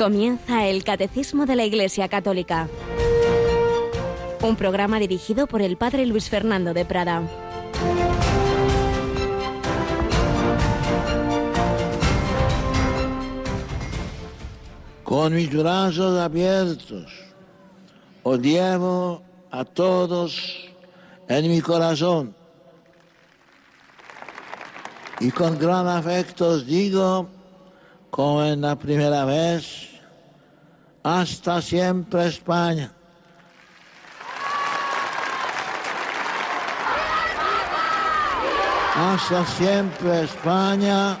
Comienza el Catecismo de la Iglesia Católica. Un programa dirigido por el Padre Luis Fernando de Prada. Con mis brazos abiertos, os llevo a todos en mi corazón. Y con gran afecto os digo, como en la primera vez, hasta siempre España. Hasta siempre España,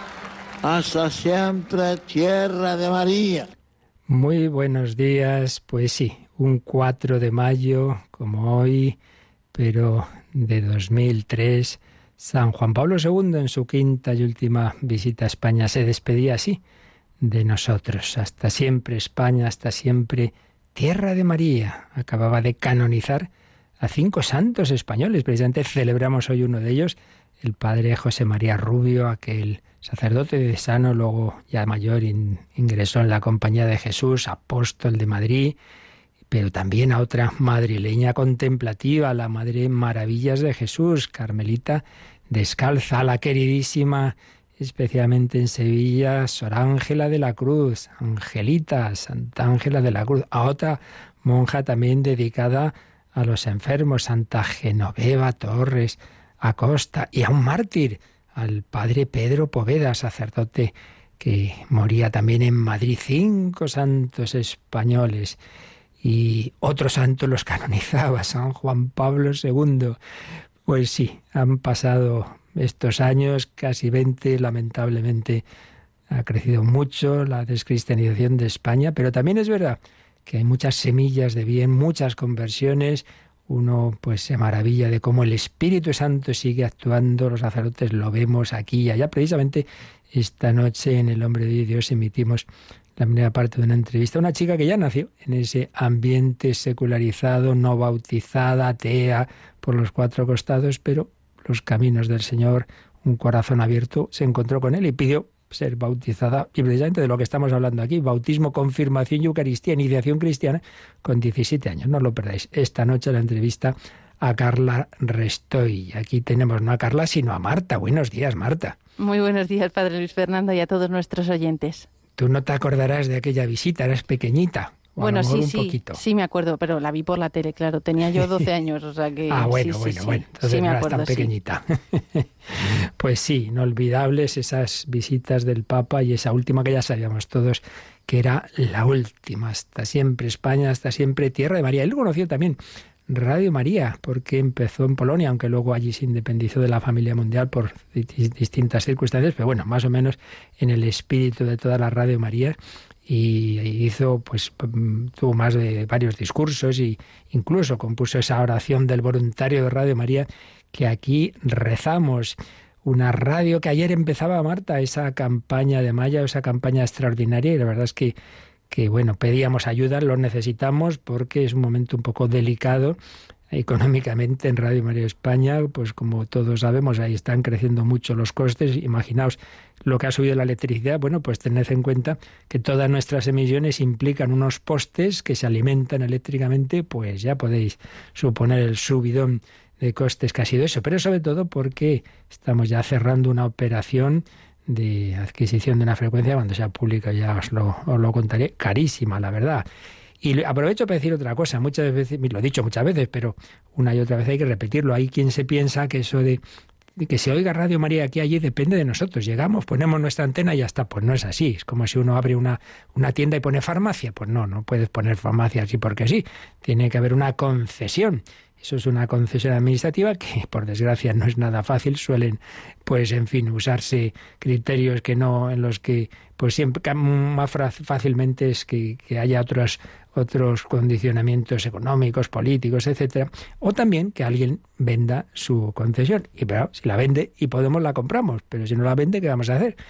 hasta siempre tierra de María. Muy buenos días, pues sí, un 4 de mayo, como hoy, pero de 2003, San Juan Pablo II, en su quinta y última visita a España, se despedía así de nosotros. Hasta siempre España, hasta siempre tierra de María. Acababa de canonizar a 5 santos españoles. Precisamente celebramos hoy uno de ellos, el padre José María Rubio, aquel sacerdote diocesano, luego ya mayor, ingresó en la Compañía de Jesús, apóstol de Madrid, pero también a otra madrileña contemplativa, la Madre Maravillas de Jesús, Carmelita Descalza, a la queridísima, especialmente en Sevilla, Sor Ángela de la Cruz, Angelita, Santa Ángela de la Cruz, a otra monja también dedicada a los enfermos, Santa Genoveva Torres Acosta, y a un mártir, al padre Pedro Poveda, sacerdote que moría también en Madrid. 5 santos españoles. Y otro santo los canonizaba, San Juan Pablo II. Pues sí, han pasado estos años, casi 20, lamentablemente ha crecido mucho la descristianización de España, pero también es verdad que hay muchas semillas de bien, muchas conversiones. Uno pues se maravilla de cómo el Espíritu Santo sigue actuando, los sacerdotes lo vemos aquí y allá. Precisamente esta noche en El Hombre de Dios emitimos la primera parte de una entrevista a una chica que ya nació en ese ambiente secularizado, no bautizada, atea por los 4 costados, pero los caminos del Señor, un corazón abierto, se encontró con él y pidió ser bautizada, y precisamente de lo que estamos hablando aquí, bautismo, confirmación y Eucaristía, iniciación cristiana, con 17 años. No lo perdáis. Esta noche la entrevista a Carla Restoy. Aquí tenemos no a Carla, sino a Marta. Buenos días, Marta. Muy buenos días, Padre Luis Fernando, y a todos nuestros oyentes. Tú no te acordarás de aquella visita, eras pequeñita. Bueno, sí me acuerdo, pero la vi por la tele, claro. Tenía yo 12 años, o sea que... Bueno, entonces sí, no me eras acuerdo, tan pequeñita. Pues sí, inolvidables esas visitas del Papa y esa última que ya sabíamos todos que era la última. Hasta siempre España, hasta siempre tierra de María. Él conoció también Radio María, porque empezó en Polonia, aunque luego allí se independizó de la familia mundial por distintas circunstancias, pero bueno, más o menos en el espíritu de toda la Radio María. Y hizo, pues, tuvo más de varios discursos y incluso compuso esa oración del voluntario de Radio María que aquí rezamos. Una radio que ayer empezaba, Marta, esa campaña de mayo, esa campaña extraordinaria, y la verdad es que bueno, pedíamos ayuda, lo necesitamos porque es un momento un poco delicado económicamente en Radio María España. Pues como todos sabemos, ahí están creciendo mucho los costes. Imaginaos lo que ha subido la electricidad. Bueno, pues tened en cuenta que todas nuestras emisiones implican unos postes que se alimentan eléctricamente, pues ya podéis suponer el subidón de costes que ha sido eso. Pero sobre todo porque estamos ya cerrando una operación de adquisición de una frecuencia, cuando sea pública ya os lo contaré, carísima, la verdad. Y aprovecho para decir otra cosa, muchas veces, lo he dicho muchas veces, pero una y otra vez hay que repetirlo. Hay quien se piensa que eso de que se oiga Radio María aquí allí depende de nosotros. Llegamos, ponemos nuestra antena y ya está. Pues no es así. Es como si uno abre una tienda y pone farmacia. Pues no puedes poner farmacia así porque sí. Tiene que haber una concesión. Eso es una concesión administrativa que, por desgracia, no es nada fácil. Suelen, pues, en fin, usarse criterios que no, en los que, pues, siempre más fácilmente es que haya otros condicionamientos económicos, políticos, etcétera. O también que alguien venda su concesión. Y pero si la vende y podemos, la compramos. Pero si no la vende, ¿qué vamos a hacer?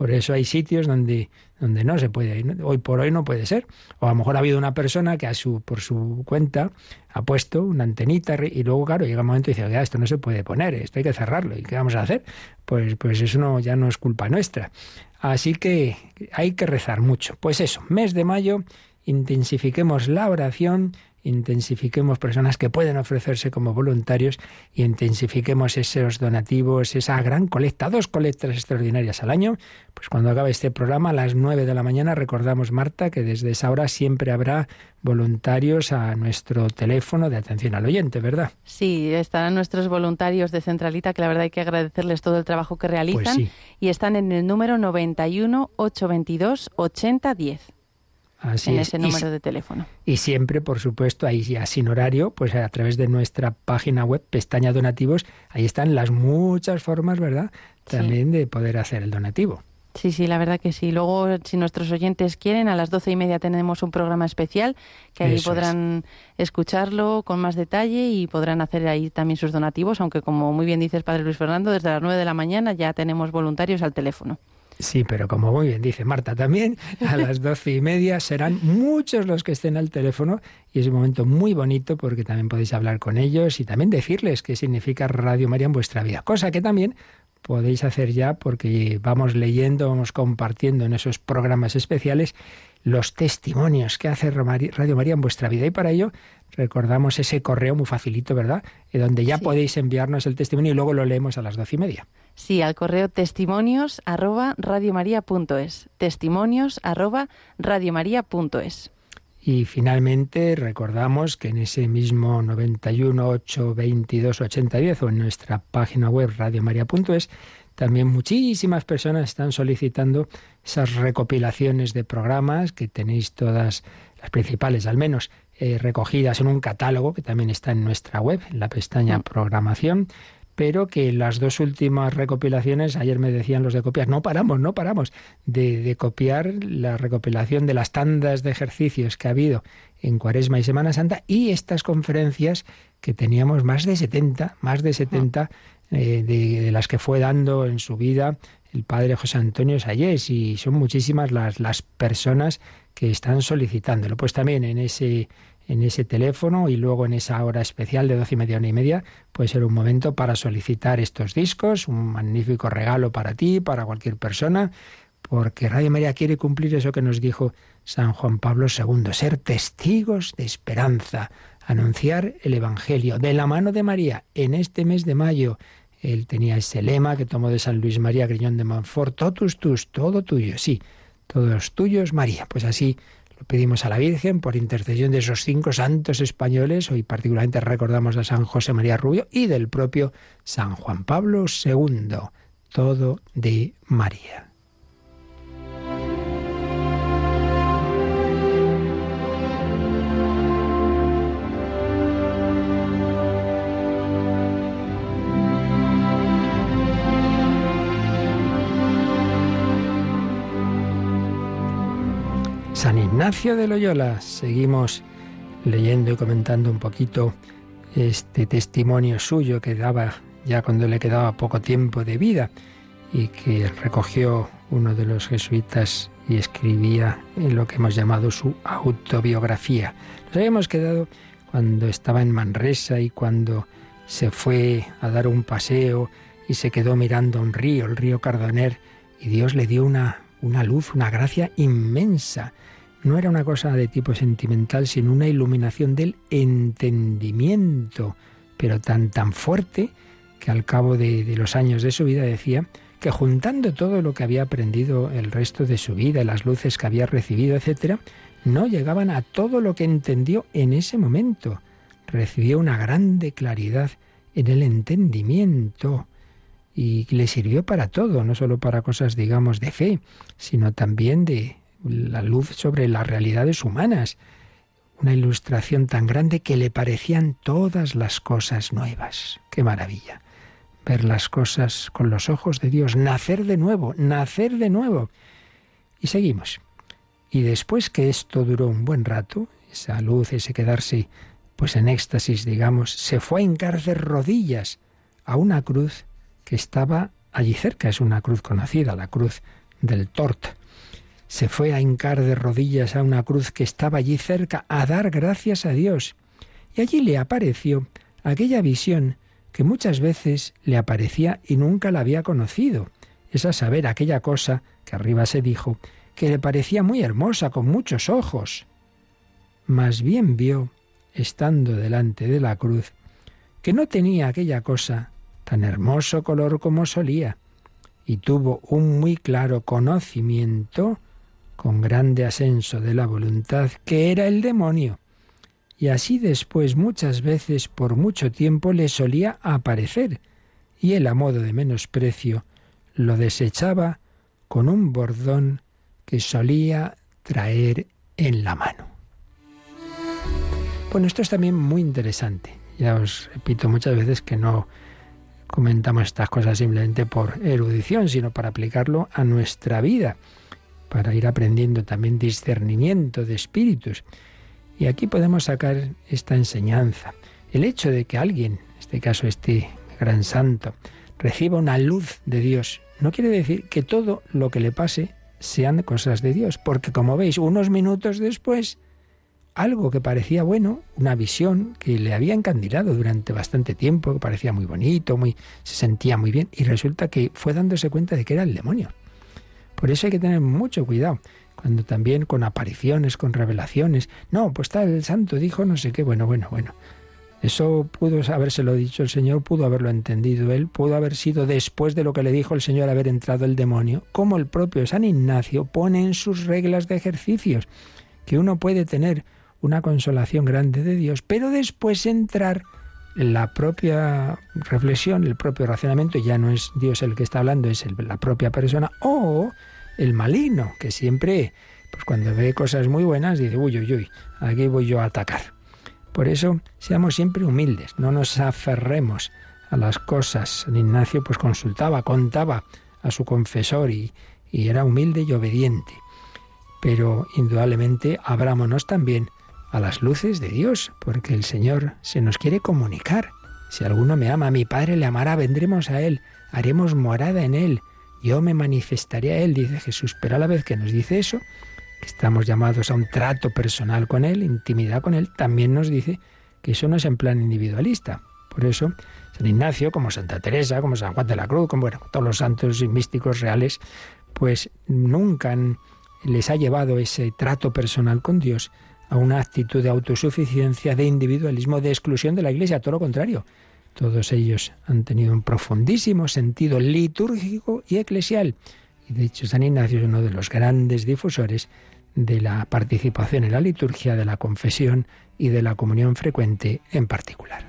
Por eso hay sitios donde no se puede ir. Hoy por hoy no puede ser. O a lo mejor ha habido una persona que por su cuenta ha puesto una antenita y luego, claro, llega un momento y dice, oiga, esto no se puede poner, esto hay que cerrarlo. ¿Y qué vamos a hacer? Pues eso ya no es culpa nuestra. Así que hay que rezar mucho. Pues eso, mes de mayo, intensifiquemos la oración, intensifiquemos personas que pueden ofrecerse como voluntarios y intensifiquemos esos donativos, esa gran colecta, 2 colectas extraordinarias al año. Pues cuando acabe este programa a las 9 de la mañana recordamos, Marta, que desde esa hora siempre habrá voluntarios a nuestro teléfono de atención al oyente, ¿verdad? Sí, estarán nuestros voluntarios de Centralita, que la verdad hay que agradecerles todo el trabajo que realizan, pues sí. Y están en el número 91 822 8010. Así en es. ese número de teléfono. Y siempre, por supuesto, ahí ya sin horario, pues a través de nuestra página web, pestaña donativos, ahí están las muchas formas, ¿verdad?, también de poder hacer el donativo. Sí, la verdad que sí. Luego, si nuestros oyentes quieren, a las 12:30 tenemos un programa especial que ahí podrán escucharlo con más detalle y podrán hacer ahí también sus donativos, aunque como muy bien dices, Padre Luis Fernando, desde las 9 de la mañana ya tenemos voluntarios al teléfono. Sí, pero como muy bien dice Marta también, a las 12:30 serán muchos los que estén al teléfono y es un momento muy bonito porque también podéis hablar con ellos y también decirles qué significa Radio María en vuestra vida, cosa que también podéis hacer ya porque vamos leyendo, vamos compartiendo en esos programas especiales los testimonios que hace Radio María en vuestra vida y para ello recordamos ese correo muy facilito, ¿verdad?, donde ya podéis enviarnos el testimonio y luego lo leemos a las 12:30. Sí, al correo testimonios@radiomaria.es. testimonios@radiomaria.es. Y finalmente recordamos que en ese mismo 91 822 8010 o en nuestra página web radiomaria.es también muchísimas personas están solicitando esas recopilaciones de programas que tenéis todas las principales al menos recogidas en un catálogo que también está en nuestra web, en la pestaña programación, pero que las 2 últimas recopilaciones, ayer me decían los de copias, no paramos de copiar la recopilación de las tandas de ejercicios que ha habido en Cuaresma y Semana Santa y estas conferencias que teníamos más de 70 de las que fue dando en su vida el padre José Antonio Sayés y son muchísimas las personas que están solicitándolo. Pues también en ese teléfono y luego en esa hora especial de 12:30 a 1:30 puede ser un momento para solicitar estos discos, un magnífico regalo para ti, para cualquier persona, porque Radio María quiere cumplir eso que nos dijo San Juan Pablo II, ser testigos de esperanza, anunciar el Evangelio de la mano de María en este mes de mayo. Él tenía ese lema que tomó de San Luis María Griñón de Montfort, totus tus, todo tuyo, sí, todos tuyos, María. Pues así lo pedimos a la Virgen por intercesión de esos 5 santos españoles. Hoy particularmente recordamos a San José María Rubio y del propio San Juan Pablo II. Todo de María. San Ignacio de Loyola. Seguimos leyendo y comentando un poquito este testimonio suyo que daba ya cuando le quedaba poco tiempo de vida y que recogió uno de los jesuitas y escribía en lo que hemos llamado su autobiografía. Nos habíamos quedado cuando estaba en Manresa y cuando se fue a dar un paseo y se quedó mirando un río, el río Cardoner, y Dios le dio una luz, una gracia inmensa. No era una cosa de tipo sentimental, sino una iluminación del entendimiento, pero tan fuerte que al cabo de los años de su vida decía que juntando todo lo que había aprendido el resto de su vida, las luces que había recibido, etc., no llegaban a todo lo que entendió en ese momento. Recibió una grande claridad en el entendimiento y le sirvió para todo, no solo para cosas, digamos, de fe, sino también de la luz sobre las realidades humanas. Una ilustración tan grande que le parecían todas las cosas nuevas. ¡Qué maravilla! Ver las cosas con los ojos de Dios, nacer de nuevo, nacer de nuevo. Y seguimos. Y después que esto duró un buen rato, esa luz, ese quedarse pues en éxtasis, digamos, se fue a hincar de rodillas a una cruz que estaba allí cerca. Es una cruz conocida, la cruz del Tort. Se fue a hincar de rodillas a una cruz que estaba allí cerca, a dar gracias a Dios. Y allí le apareció aquella visión que muchas veces le aparecía y nunca la había conocido. Es a saber, aquella cosa que arriba se dijo, que le parecía muy hermosa, con muchos ojos. Mas bien vio, estando delante de la cruz, que no tenía aquella cosa tan hermoso color como solía, y tuvo un muy claro conocimiento, con grande asenso de la voluntad, que era el demonio. Y así después muchas veces por mucho tiempo le solía aparecer, y él a modo de menosprecio lo desechaba con un bordón que solía traer en la mano. Bueno, esto es también muy interesante. Ya os repito muchas veces que no comentamos estas cosas simplemente por erudición, sino para aplicarlo a nuestra vida, para ir aprendiendo también discernimiento de espíritus. Y aquí podemos sacar esta enseñanza. El hecho de que alguien, en este caso este gran santo, reciba una luz de Dios, no quiere decir que todo lo que le pase sean cosas de Dios, porque como veis, unos minutos después, algo que parecía bueno, una visión que le había encandilado durante bastante tiempo, que parecía muy bonito, se sentía muy bien, y resulta que fue dándose cuenta de que era el demonio. Por eso hay que tener mucho cuidado, cuando también con apariciones, con revelaciones, no, pues tal, el santo dijo no sé qué, bueno. Eso pudo habérselo dicho el Señor, pudo haberlo entendido él, pudo haber sido después de lo que le dijo el Señor haber entrado el demonio, como el propio San Ignacio pone en sus reglas de ejercicios, que uno puede tener una consolación grande de Dios, pero después entrar en la propia reflexión, el propio razonamiento, ya no es Dios el que está hablando, es la propia persona, o el maligno, que siempre, pues cuando ve cosas muy buenas, dice, uy, aquí voy yo a atacar. Por eso, seamos siempre humildes, no nos aferremos a las cosas. San Ignacio pues contaba a su confesor y era humilde y obediente. Pero indudablemente abrámonos también a las luces de Dios, porque el Señor se nos quiere comunicar. Si alguno me ama, mi Padre le amará, vendremos a Él, haremos morada en Él, yo me manifestaré a Él, dice Jesús. Pero a la vez que nos dice eso, que estamos llamados a un trato personal con Él, intimidad con Él, también nos dice que eso no es en plan individualista. Por eso, San Ignacio, como Santa Teresa, como San Juan de la Cruz, como todos los santos y místicos reales, pues nunca les ha llevado ese trato personal con Dios a una actitud de autosuficiencia, de individualismo, de exclusión de la Iglesia, todo lo contrario. Todos ellos han tenido un profundísimo sentido litúrgico y eclesial. Y de hecho, San Ignacio es uno de los grandes difusores de la participación en la liturgia, de la confesión y de la comunión frecuente en particular.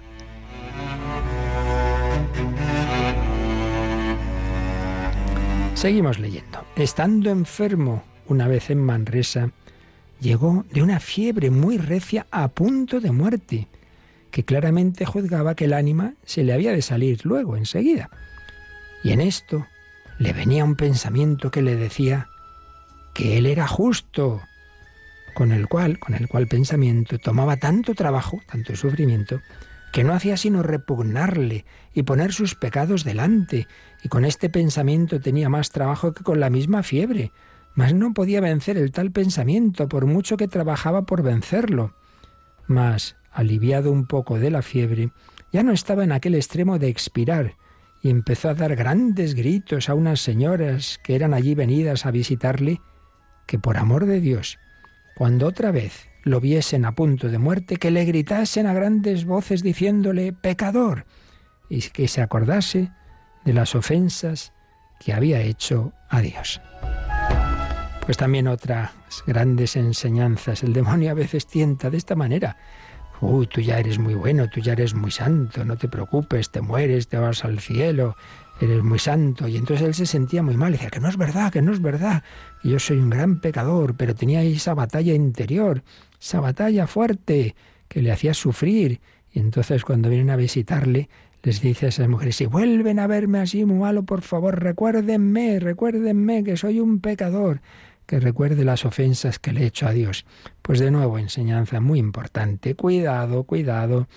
Seguimos leyendo. Estando enfermo una vez en Manresa, llegó de una fiebre muy recia a punto de muerte, que claramente juzgaba que el ánima se le había de salir luego, enseguida. Y en esto le venía un pensamiento que le decía que él era justo, con el cual pensamiento tomaba tanto trabajo, tanto sufrimiento, que no hacía sino repugnarle y poner sus pecados delante, y con este pensamiento tenía más trabajo que con la misma fiebre, mas no podía vencer el tal pensamiento, por mucho que trabajaba por vencerlo. Mas, aliviado un poco de la fiebre, ya no estaba en aquel extremo de expirar, y empezó a dar grandes gritos a unas señoras que eran allí venidas a visitarle, que por amor de Dios, cuando otra vez lo viesen a punto de muerte, que le gritasen a grandes voces diciéndole «pecador», y que se acordase de las ofensas que había hecho a Dios. Pues también otras grandes enseñanzas. El demonio a veces tienta de esta manera. Tú ya eres muy bueno, tú ya eres muy santo, no te preocupes, te mueres, te vas al cielo, eres muy santo. Y entonces él se sentía muy mal, decía que no es verdad, que yo soy un gran pecador, pero tenía esa batalla interior, esa batalla fuerte que le hacía sufrir. Y entonces cuando vienen a visitarle, les dice a esas mujeres, si vuelven a verme así muy malo, por favor, recuérdenme que soy un pecador, que recuerde las ofensas que le he hecho a Dios. Pues de nuevo, enseñanza muy importante. Cuidado con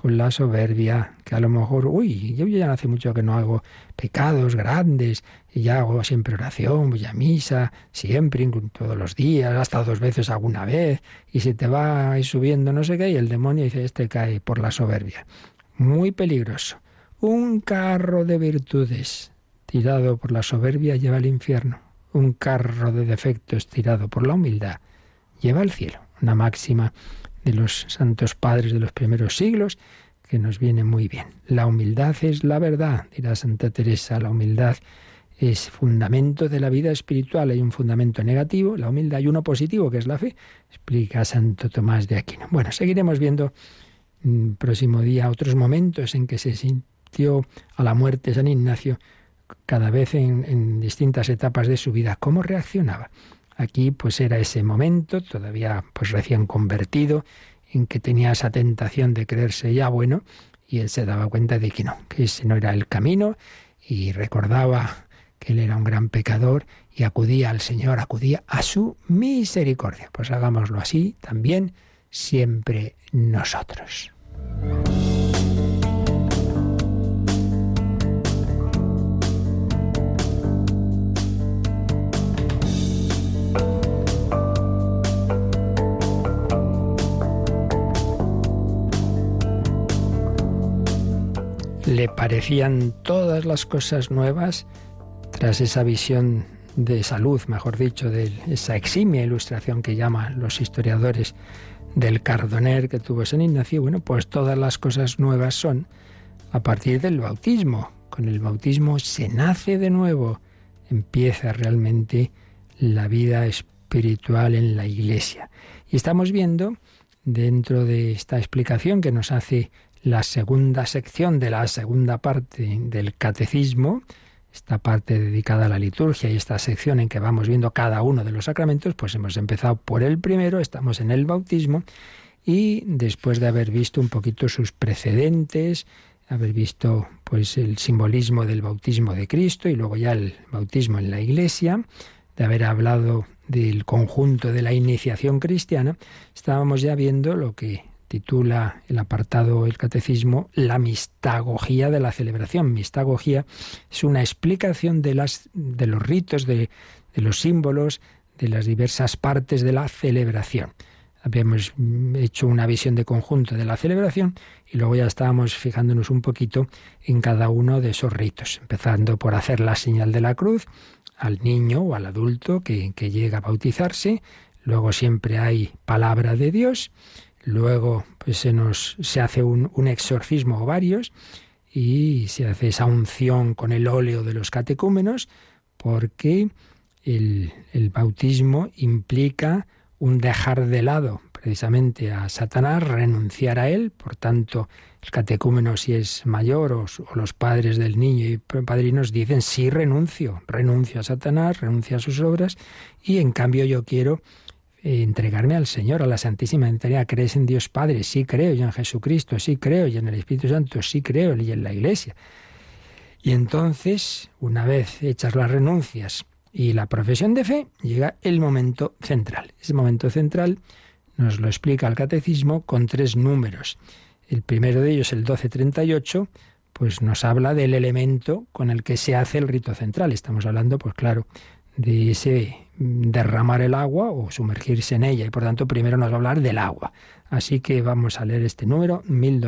con la soberbia, que a lo mejor, yo ya hace mucho que no hago pecados grandes, y ya hago siempre oración, voy a misa, siempre, todos los días, hasta 2 veces alguna vez, y se te va ahí subiendo no sé qué, y el demonio dice, este cae por la soberbia. Muy peligroso. Un carro de virtudes tirado por la soberbia lleva al infierno. Un carro de defectos tirado por la humildad lleva al cielo. Una máxima de los santos padres de los primeros siglos que nos viene muy bien. La humildad es la verdad, dirá Santa Teresa. La humildad es fundamento de la vida espiritual. Hay un fundamento negativo, la humildad, y uno positivo, que es la fe, explica Santo Tomás de Aquino. Bueno, seguiremos viendo próximo día otros momentos en que se sintió a la muerte San Ignacio, cada vez en distintas etapas de su vida. ¿Cómo reaccionaba? Aquí pues era ese momento, todavía pues recién convertido, en que tenía esa tentación de creerse ya bueno, y él se daba cuenta de que no, que ese no era el camino, y recordaba que él era un gran pecador y acudía al Señor, acudía a su misericordia. Pues hagámoslo así también siempre nosotros. Le parecían todas las cosas nuevas tras esa visión de salud, mejor dicho, de esa eximia ilustración que llaman los historiadores del Cardoner que tuvo San Ignacio. Bueno, pues todas las cosas nuevas son a partir del bautismo. Con el bautismo se nace de nuevo, empieza realmente la vida espiritual en la Iglesia. Y estamos viendo, dentro de esta explicación que nos hace la segunda sección de la segunda parte del Catecismo, esta parte dedicada a la liturgia y esta sección en que vamos viendo cada uno de los sacramentos, pues hemos empezado por el primero, estamos en el bautismo, y después de haber visto un poquito sus precedentes, haber visto pues el simbolismo del bautismo de Cristo y luego ya el bautismo en la Iglesia, de haber hablado del conjunto de la iniciación cristiana, estábamos ya viendo lo que titula el apartado del Catecismo la mistagogía de la celebración. Mistagogía es una explicación de los ritos, de los símbolos, de las diversas partes de la celebración. Habíamos hecho una visión de conjunto de la celebración y luego ya estábamos fijándonos un poquito en cada uno de esos ritos, empezando por hacer la señal de la cruz al niño o al adulto que llega a bautizarse. Luego siempre hay palabra de Dios. Luego pues se hace un exorcismo o varios, y se hace esa unción con el óleo de los catecúmenos, porque el bautismo implica un dejar de lado precisamente a Satanás, renunciar a él. Por tanto, el catecúmeno, si es mayor, o los padres del niño y padrinos dicen sí, renuncio a Satanás, renuncio a sus obras, y en cambio yo quiero entregarme al Señor, a la Santísima Trinidad. ¿Crees en Dios Padre? Sí creo, y en Jesucristo, sí creo, y en el Espíritu Santo, sí creo, y en la Iglesia. Y entonces, una vez hechas las renuncias y la profesión de fe, llega el momento central. Ese momento central nos lo explica el Catecismo con 3 números. El primero de ellos, el 1238, pues nos habla del elemento con el que se hace el rito central. Estamos hablando, pues claro, de ese derramar el agua o sumergirse en ella, y por tanto primero nos va a hablar del agua. Así que vamos a leer este número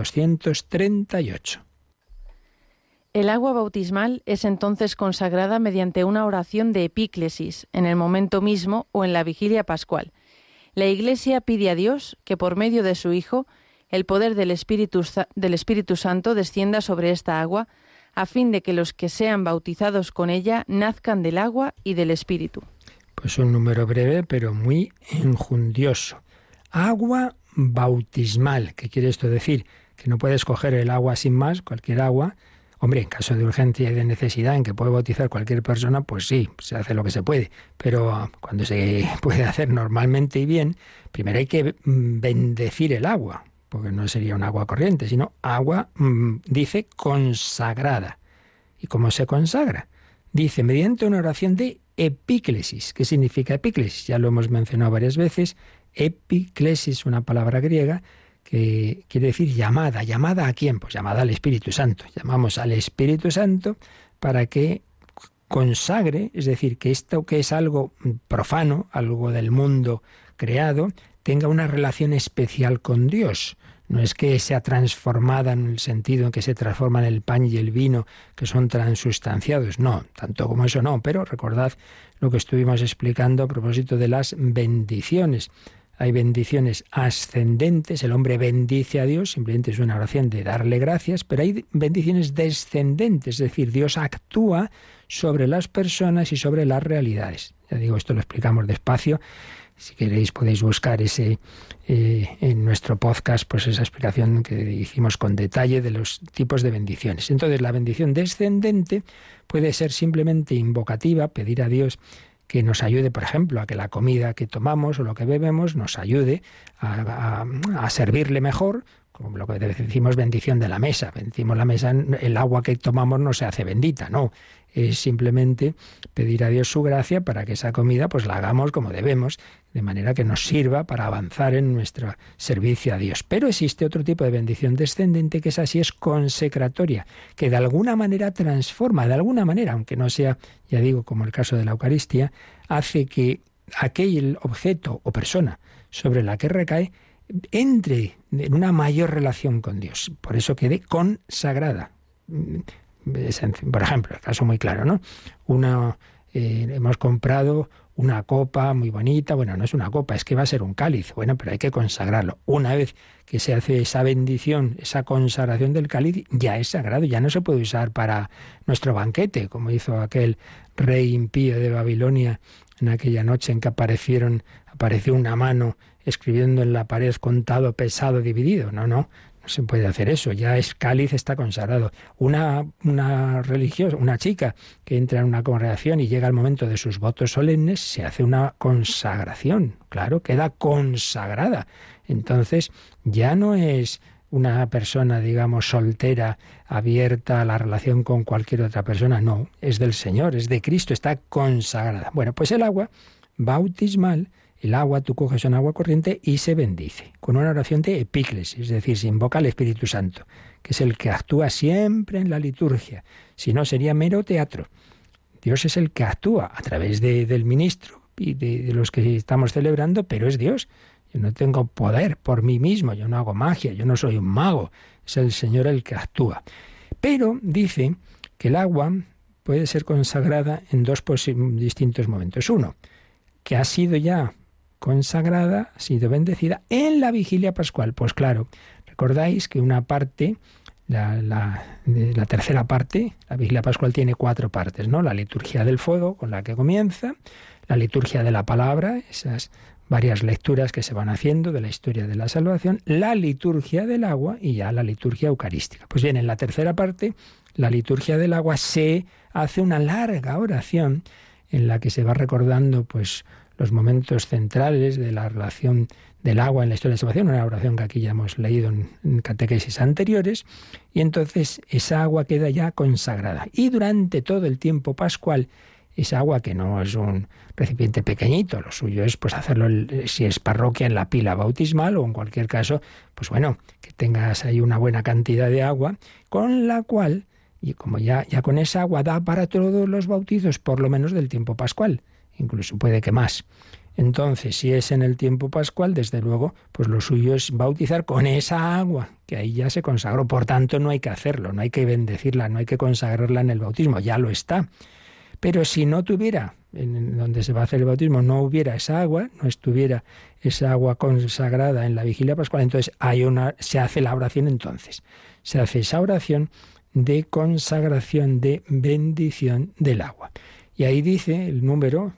1238. El agua bautismal es entonces consagrada mediante una oración de epíclesis, en el momento mismo o en la vigilia pascual. La Iglesia pide a Dios que por medio de su Hijo, el poder del Espíritu Santo descienda sobre esta agua, a fin de que los que sean bautizados con ella nazcan del agua y del Espíritu. Pues un número breve, pero muy enjundioso. Agua bautismal. ¿Qué quiere esto decir? Que no puedes coger el agua sin más, cualquier agua. Hombre, en caso de urgencia y de necesidad en que puede bautizar cualquier persona, pues sí, se hace lo que se puede. Pero cuando se puede hacer normalmente y bien, primero hay que bendecir el agua, porque no sería un agua corriente, sino agua, dice, consagrada. ¿Y cómo se consagra? Dice, mediante una oración de epíclesis. ¿Qué significa epíclesis? Ya lo hemos mencionado varias veces. Epíclesis, una palabra griega que quiere decir llamada. ¿Llamada a quién? Pues llamada al Espíritu Santo. Llamamos al Espíritu Santo para que consagre, es decir, que esto que es algo profano, algo del mundo creado, tenga una relación especial con Dios. No es que sea transformada en el sentido en que se transforman el pan y el vino, que son transustanciados. No, tanto como eso no. Pero recordad lo que estuvimos explicando a propósito de las bendiciones. Hay bendiciones ascendentes, el hombre bendice a Dios, simplemente es una oración de darle gracias, pero hay bendiciones descendentes, es decir, Dios actúa sobre las personas y sobre las realidades. Ya digo, esto lo explicamos despacio. Si queréis podéis buscar en nuestro podcast, pues esa explicación que hicimos con detalle de los tipos de bendiciones. Entonces, la bendición descendente puede ser simplemente invocativa, pedir a Dios que nos ayude, por ejemplo, a que la comida que tomamos o lo que bebemos nos ayude a servirle mejor, como lo que decimos bendición de la mesa. Bendecimos la mesa, el agua que tomamos no se hace bendita, no. Es simplemente pedir a Dios su gracia para que esa comida pues la hagamos como debemos, de manera que nos sirva para avanzar en nuestro servicio a Dios. Pero existe otro tipo de bendición descendente que es así, es consecratoria, que de alguna manera transforma, de alguna manera, aunque no sea, ya digo, como el caso de la Eucaristía, hace que aquel objeto o persona sobre la que recae entre en una mayor relación con Dios. Por eso quede consagrada. Por ejemplo, el caso muy claro, ¿no? Hemos comprado una copa muy bonita, bueno, no es una copa, es que va a ser un cáliz, bueno, pero hay que consagrarlo. Una vez que se hace esa bendición, esa consagración del cáliz, ya es sagrado, ya no se puede usar para nuestro banquete, como hizo aquel rey impío de Babilonia en aquella noche en que apareció una mano escribiendo en la pared contado, pesado, dividido. No se puede hacer eso, ya es cáliz, está consagrado. Una religiosa, una chica que entra en una congregación y llega el momento de sus votos solemnes, se hace una consagración, claro, queda consagrada. Entonces ya no es una persona, digamos, soltera, abierta a la relación con cualquier otra persona, no, es del Señor, es de Cristo, está consagrada. Bueno, pues el agua bautismal, el agua, tú coges un agua corriente y se bendice, con una oración de epíclesis, es decir, se invoca al Espíritu Santo, que es el que actúa siempre en la liturgia, si no sería mero teatro. Dios es el que actúa a través del ministro y de los que estamos celebrando, pero es Dios. Yo no tengo poder por mí mismo, yo no hago magia, yo no soy un mago, es el Señor el que actúa. Pero dice que el agua puede ser consagrada en dos distintos momentos. Uno, que ha sido ya consagrada, ha sido bendecida en la vigilia pascual. Pues claro, recordáis que una parte, la tercera parte, la vigilia pascual tiene 4 partes, ¿no? La liturgia del fuego, con la que comienza, la liturgia de la palabra, esas varias lecturas que se van haciendo de la historia de la salvación, la liturgia del agua y ya la liturgia eucarística. Pues bien, en la tercera parte, la liturgia del agua, se hace una larga oración en la que se va recordando pues los momentos centrales de la relación del agua en la historia de la salvación, una oración que aquí ya hemos leído en catequesis anteriores, y entonces esa agua queda ya consagrada. Y durante todo el tiempo pascual, esa agua, que no es un recipiente pequeñito, lo suyo es pues hacerlo, si es parroquia, en la pila bautismal, o en cualquier caso, pues bueno, que tengas ahí una buena cantidad de agua, con la cual, y como ya con esa agua da para todos los bautizos, por lo menos del tiempo pascual, incluso puede que más. Entonces, si es en el tiempo pascual, desde luego, pues lo suyo es bautizar con esa agua, que ahí ya se consagró. Por tanto, no hay que hacerlo, no hay que bendecirla, no hay que consagrarla en el bautismo, ya lo está. Pero si no tuviera, en donde se va a hacer el bautismo, no hubiera esa agua, no estuviera esa agua consagrada en la vigilia pascual, entonces se hace la oración entonces. Se hace esa oración de consagración, de bendición del agua. Y ahí dice el número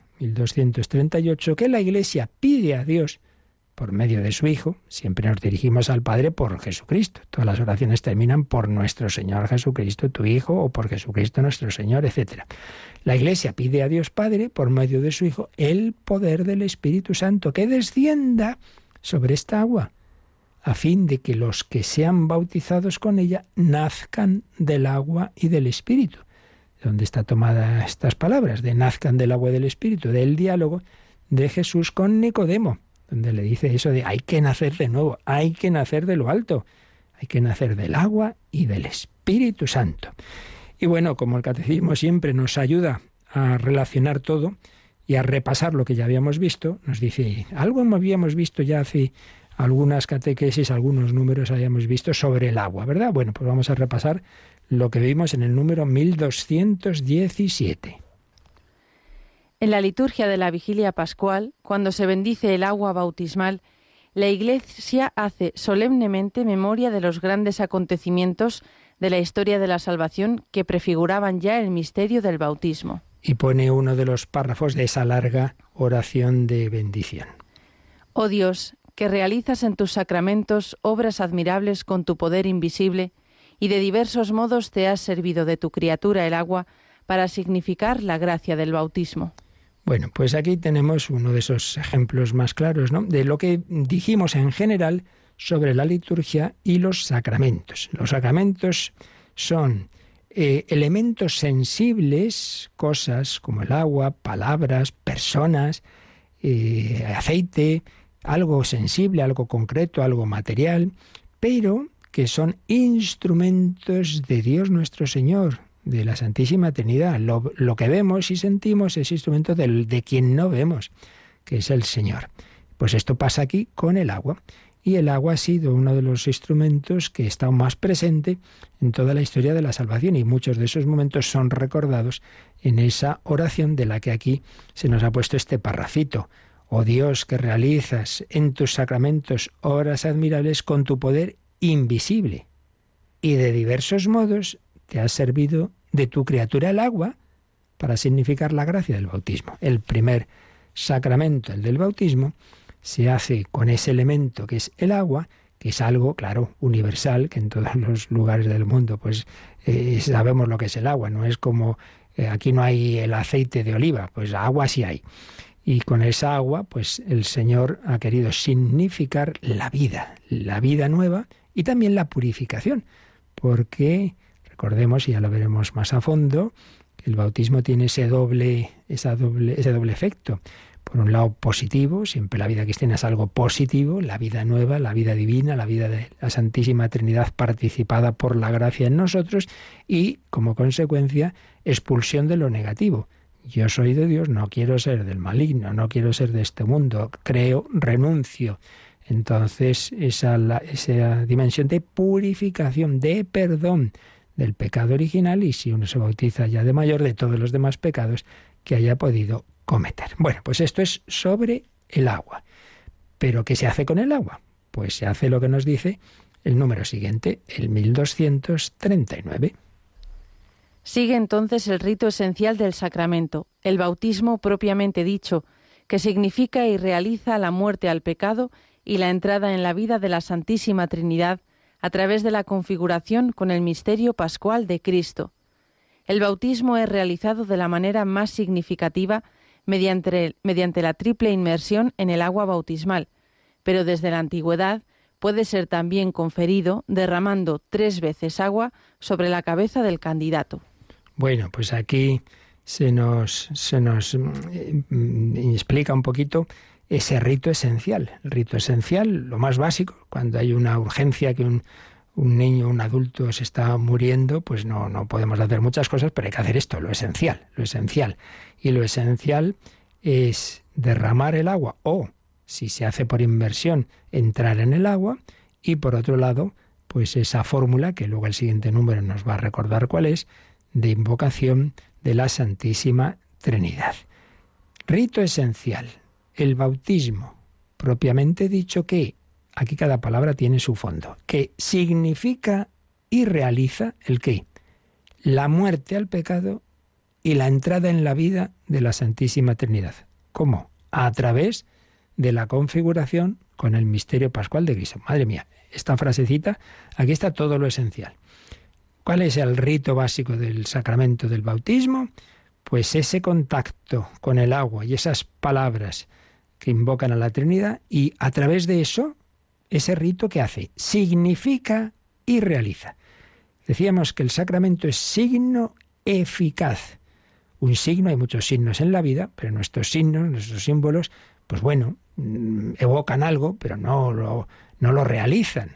1238 que la Iglesia pide a Dios por medio de su Hijo. Siempre nos dirigimos al Padre por Jesucristo. Todas las oraciones terminan por nuestro Señor Jesucristo, tu Hijo, o por Jesucristo nuestro Señor, etc. La Iglesia pide a Dios Padre, por medio de su Hijo, el poder del Espíritu Santo que descienda sobre esta agua, a fin de que los que sean bautizados con ella nazcan del agua y del Espíritu. ¿De dónde está tomada estas palabras? De nazcan del agua y del Espíritu, del diálogo de Jesús con Nicodemo, donde le dice eso de hay que nacer de nuevo, hay que nacer de lo alto, hay que nacer del agua y del Espíritu Santo. Y bueno, como el catecismo siempre nos ayuda a relacionar todo y a repasar lo que ya habíamos visto, nos dice, algo habíamos visto ya hace algunas catequesis, algunos números habíamos visto sobre el agua, ¿verdad? Bueno, pues vamos a repasar lo que vimos en el número 1217. En la liturgia de la Vigilia Pascual, cuando se bendice el agua bautismal, la Iglesia hace solemnemente memoria de los grandes acontecimientos de la historia de la salvación que prefiguraban ya el misterio del bautismo. Y pone uno de los párrafos de esa larga oración de bendición. Oh Dios, que realizas en tus sacramentos obras admirables con tu poder invisible, y de diversos modos te has servido de tu criatura el agua para significar la gracia del bautismo. Bueno, pues aquí tenemos uno de esos ejemplos más claros, ¿no?, de lo que dijimos en general sobre la liturgia y los sacramentos. Los sacramentos son elementos sensibles, cosas como el agua, palabras, personas, aceite, algo sensible, algo concreto, algo material, pero que son instrumentos de Dios nuestro Señor, de la Santísima Trinidad. Lo que vemos y sentimos es instrumento de quien no vemos, que es el Señor. Pues esto pasa aquí con el agua. Y el agua ha sido uno de los instrumentos que está más presente en toda la historia de la salvación, y muchos de esos momentos son recordados en esa oración de la que aquí se nos ha puesto este parrafito. Oh Dios, que realizas en tus sacramentos obras admirables con tu poder invisible, y de diversos modos te has servido de tu criatura el agua para significar la gracia del bautismo. El primer sacramento, el del bautismo, se hace con ese elemento que es el agua, que es algo, claro, universal, que en todos los lugares del mundo pues sabemos lo que es el agua. No es como aquí no hay el aceite de oliva, pues agua sí hay. Y con esa agua, pues el Señor ha querido significar la vida nueva y también la purificación, porque recordemos, y ya lo veremos más a fondo, que el bautismo tiene ese doble efecto. Por un lado positivo, siempre la vida cristiana es algo positivo, la vida nueva, la vida divina, la vida de la Santísima Trinidad participada por la gracia en nosotros, y como consecuencia expulsión de lo negativo. Yo soy de Dios, no quiero ser del maligno, no quiero ser de este mundo, creo, renuncio. Entonces esa dimensión de purificación, de perdón del pecado original, y si uno se bautiza ya de mayor, de todos los demás pecados que haya podido cometer. Bueno, pues esto es sobre el agua. ¿Pero qué se hace con el agua? Pues se hace lo que nos dice el número siguiente, el 1239. Sigue entonces el rito esencial del sacramento, el bautismo propiamente dicho, que significa y realiza la muerte al pecado y la entrada en la vida de la Santísima Trinidad a través de la configuración con el misterio pascual de Cristo. El bautismo es realizado de la manera más significativa mediante la triple inmersión en el agua bautismal, pero desde la antigüedad puede ser también conferido derramando 3 veces agua sobre la cabeza del candidato. Bueno, pues aquí se nos explica un poquito ese rito esencial. El rito esencial, lo más básico, cuando hay una urgencia que un niño, un adulto se está muriendo, pues no podemos hacer muchas cosas, pero hay que hacer esto, lo esencial. Y lo esencial es derramar el agua, o, si se hace por inmersión, entrar en el agua, y por otro lado, pues esa fórmula, que luego el siguiente número nos va a recordar cuál es, de invocación de la Santísima Trinidad. Rito esencial, el bautismo, propiamente dicho, que aquí cada palabra tiene su fondo, que significa y realiza el qué, la muerte al pecado y la entrada en la vida de la Santísima Trinidad. ¿Cómo? A través de la configuración con el misterio pascual de Cristo. Madre mía, esta frasecita, aquí está todo lo esencial. ¿Cuál es el rito básico del sacramento del bautismo? Pues ese contacto con el agua y esas palabras que invocan a la Trinidad, y a través de eso, ese rito que hace, significa y realiza. Decíamos que el sacramento es signo eficaz. Un signo, hay muchos signos en la vida, pero nuestros signos, nuestros símbolos, pues bueno, evocan algo, pero no lo realizan.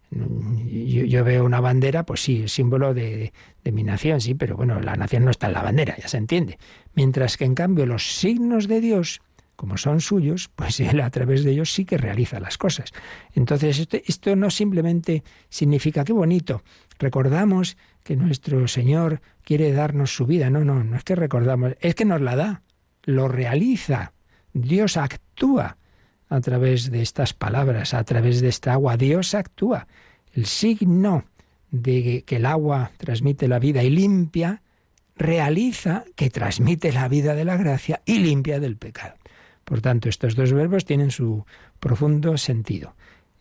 Yo veo una bandera, pues sí, es símbolo de mi nación, sí, pero bueno, la nación no está en la bandera, ya se entiende. Mientras que en cambio los signos de Dios, como son suyos, pues Él a través de ellos sí que realiza las cosas. Entonces esto no simplemente significa, qué bonito, recordamos que nuestro Señor quiere darnos su vida. No es que recordamos, es que nos la da, lo realiza. Dios actúa a través de estas palabras, a través de esta agua. Dios actúa. El signo de que el agua transmite la vida y limpia, realiza que transmite la vida de la gracia y limpia del pecado. Por tanto, estos dos verbos tienen su profundo sentido.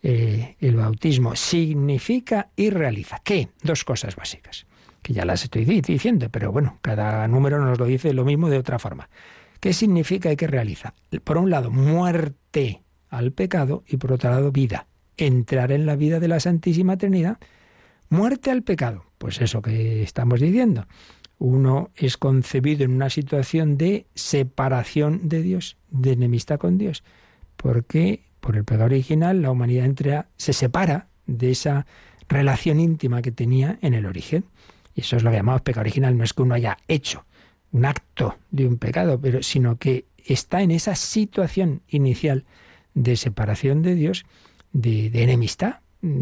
El bautismo significa y realiza. ¿Qué? Dos cosas básicas, que ya las estoy diciendo, pero bueno, cada número nos lo dice lo mismo de otra forma. ¿Qué significa y qué realiza? Por un lado, muerte al pecado y por otro lado, vida. Entrar en la vida de la Santísima Trinidad. Muerte al pecado. Pues eso que estamos diciendo. Uno es concebido en una situación de separación de Dios, de enemistad con Dios. Porque por el pecado original la humanidad se separa de esa relación íntima que tenía en el origen. Y eso es lo que llamamos pecado original. No es que uno haya hecho un acto de un pecado, sino que está en esa situación inicial de separación de Dios, de enemistad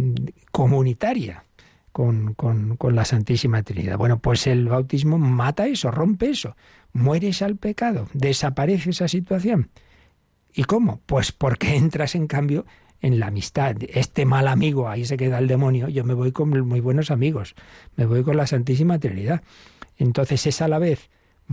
comunitaria con la Santísima Trinidad. Bueno, pues el bautismo mata eso, rompe eso, mueres al pecado, desaparece esa situación. ¿Y cómo? Pues porque entras en cambio en la amistad. Este mal amigo, ahí se queda el demonio, yo me voy con muy buenos amigos, me voy con la Santísima Trinidad. Entonces es a la vez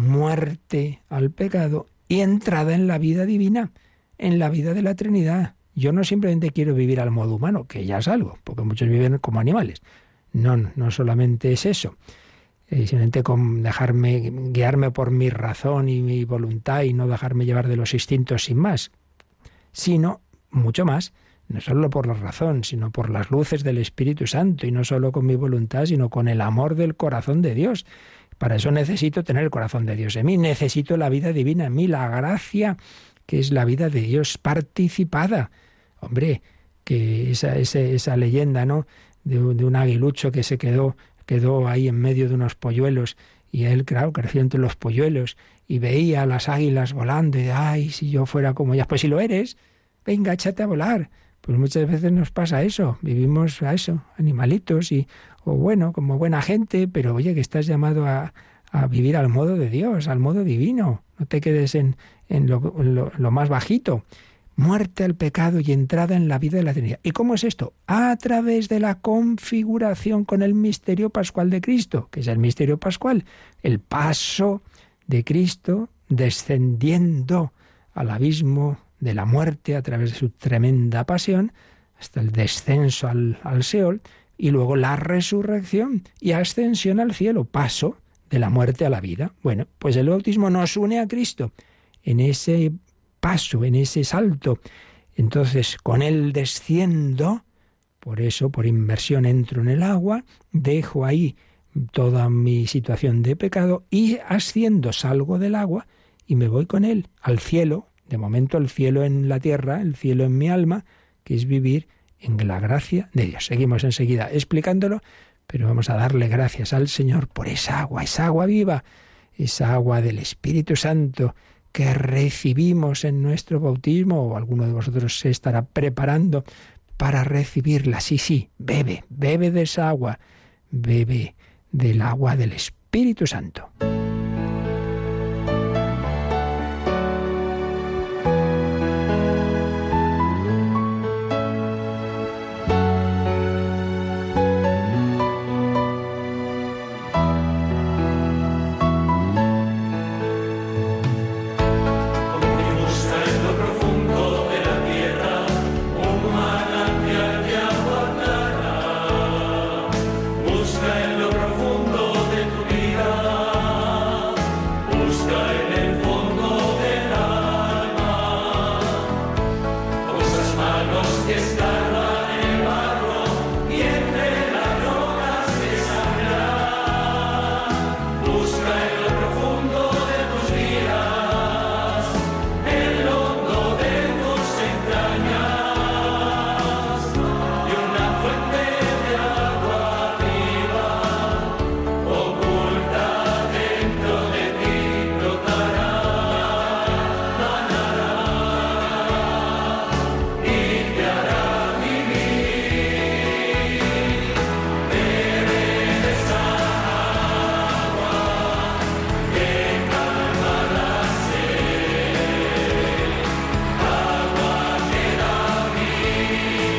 muerte al pecado y entrada en la vida divina, en la vida de la Trinidad. Yo no simplemente quiero vivir al modo humano, que ya es algo, porque muchos viven como animales. No solamente es eso. Simplemente con dejarme guiarme por mi razón y mi voluntad y no dejarme llevar de los instintos sin más, sino mucho más, no solo por la razón, sino por las luces del Espíritu Santo, y no solo con mi voluntad, sino con el amor del corazón de Dios. Para eso necesito tener el corazón de Dios en mí, necesito la vida divina en mí, la gracia, que es la vida de Dios participada. Hombre, que esa leyenda, ¿no?, de un aguilucho que se quedó ahí en medio de unos polluelos, y él, claro, creció entre los polluelos y veía a las águilas volando y ay, si yo fuera como ellas. Pues si lo eres, venga, échate a volar. Pues muchas veces nos pasa eso, vivimos a eso, animalitos, o bueno, como buena gente, pero oye, que estás llamado a vivir al modo de Dios, al modo divino. No te quedes en lo más bajito. Muerte al pecado y entrada en la vida de la Trinidad. ¿Y cómo es esto? A través de la configuración con el misterio pascual de Cristo. ¿Qué es el misterio pascual? El paso de Cristo descendiendo al abismo de la muerte a través de su tremenda pasión, hasta el descenso al Seol, y luego la resurrección y ascensión al cielo, paso de la muerte a la vida. Bueno, pues el bautismo nos une a Cristo en ese paso, en ese salto. Entonces, con él desciendo, por eso, por inmersión entro en el agua, dejo ahí toda mi situación de pecado y asciendo, salgo del agua y me voy con él al cielo. De momento el cielo en la tierra, el cielo en mi alma, que es vivir en la gracia de Dios. Seguimos enseguida explicándolo, pero vamos a darle gracias al Señor por esa agua viva, esa agua del Espíritu Santo que recibimos en nuestro bautismo, o alguno de vosotros se estará preparando para recibirla. Sí, bebe de esa agua, bebe del agua del Espíritu Santo. Busca en lo profundo de tu vida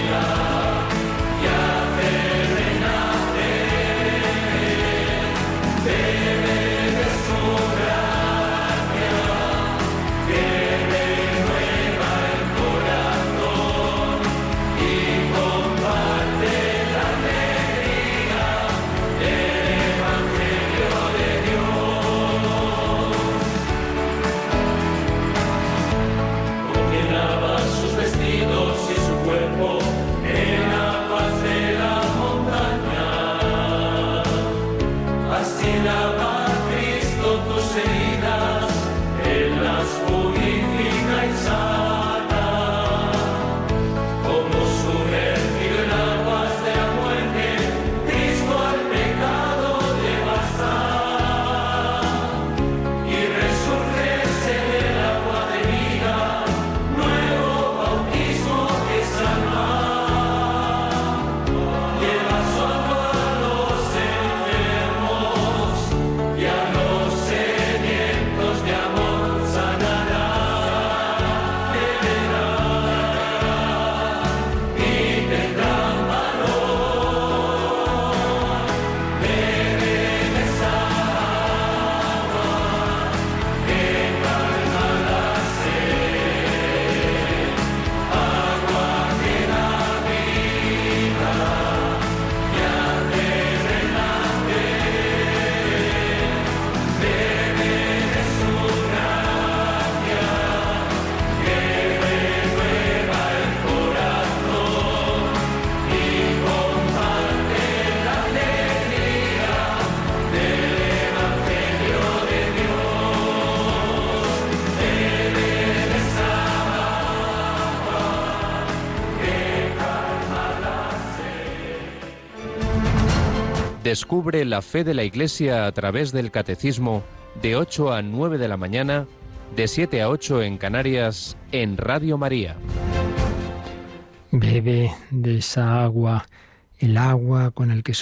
Descubre la fe de la Iglesia a través del Catecismo de 8 a 9 de la mañana, de 7 a 8 en Canarias, en Radio María. Bebe de esa agua, el agua con la que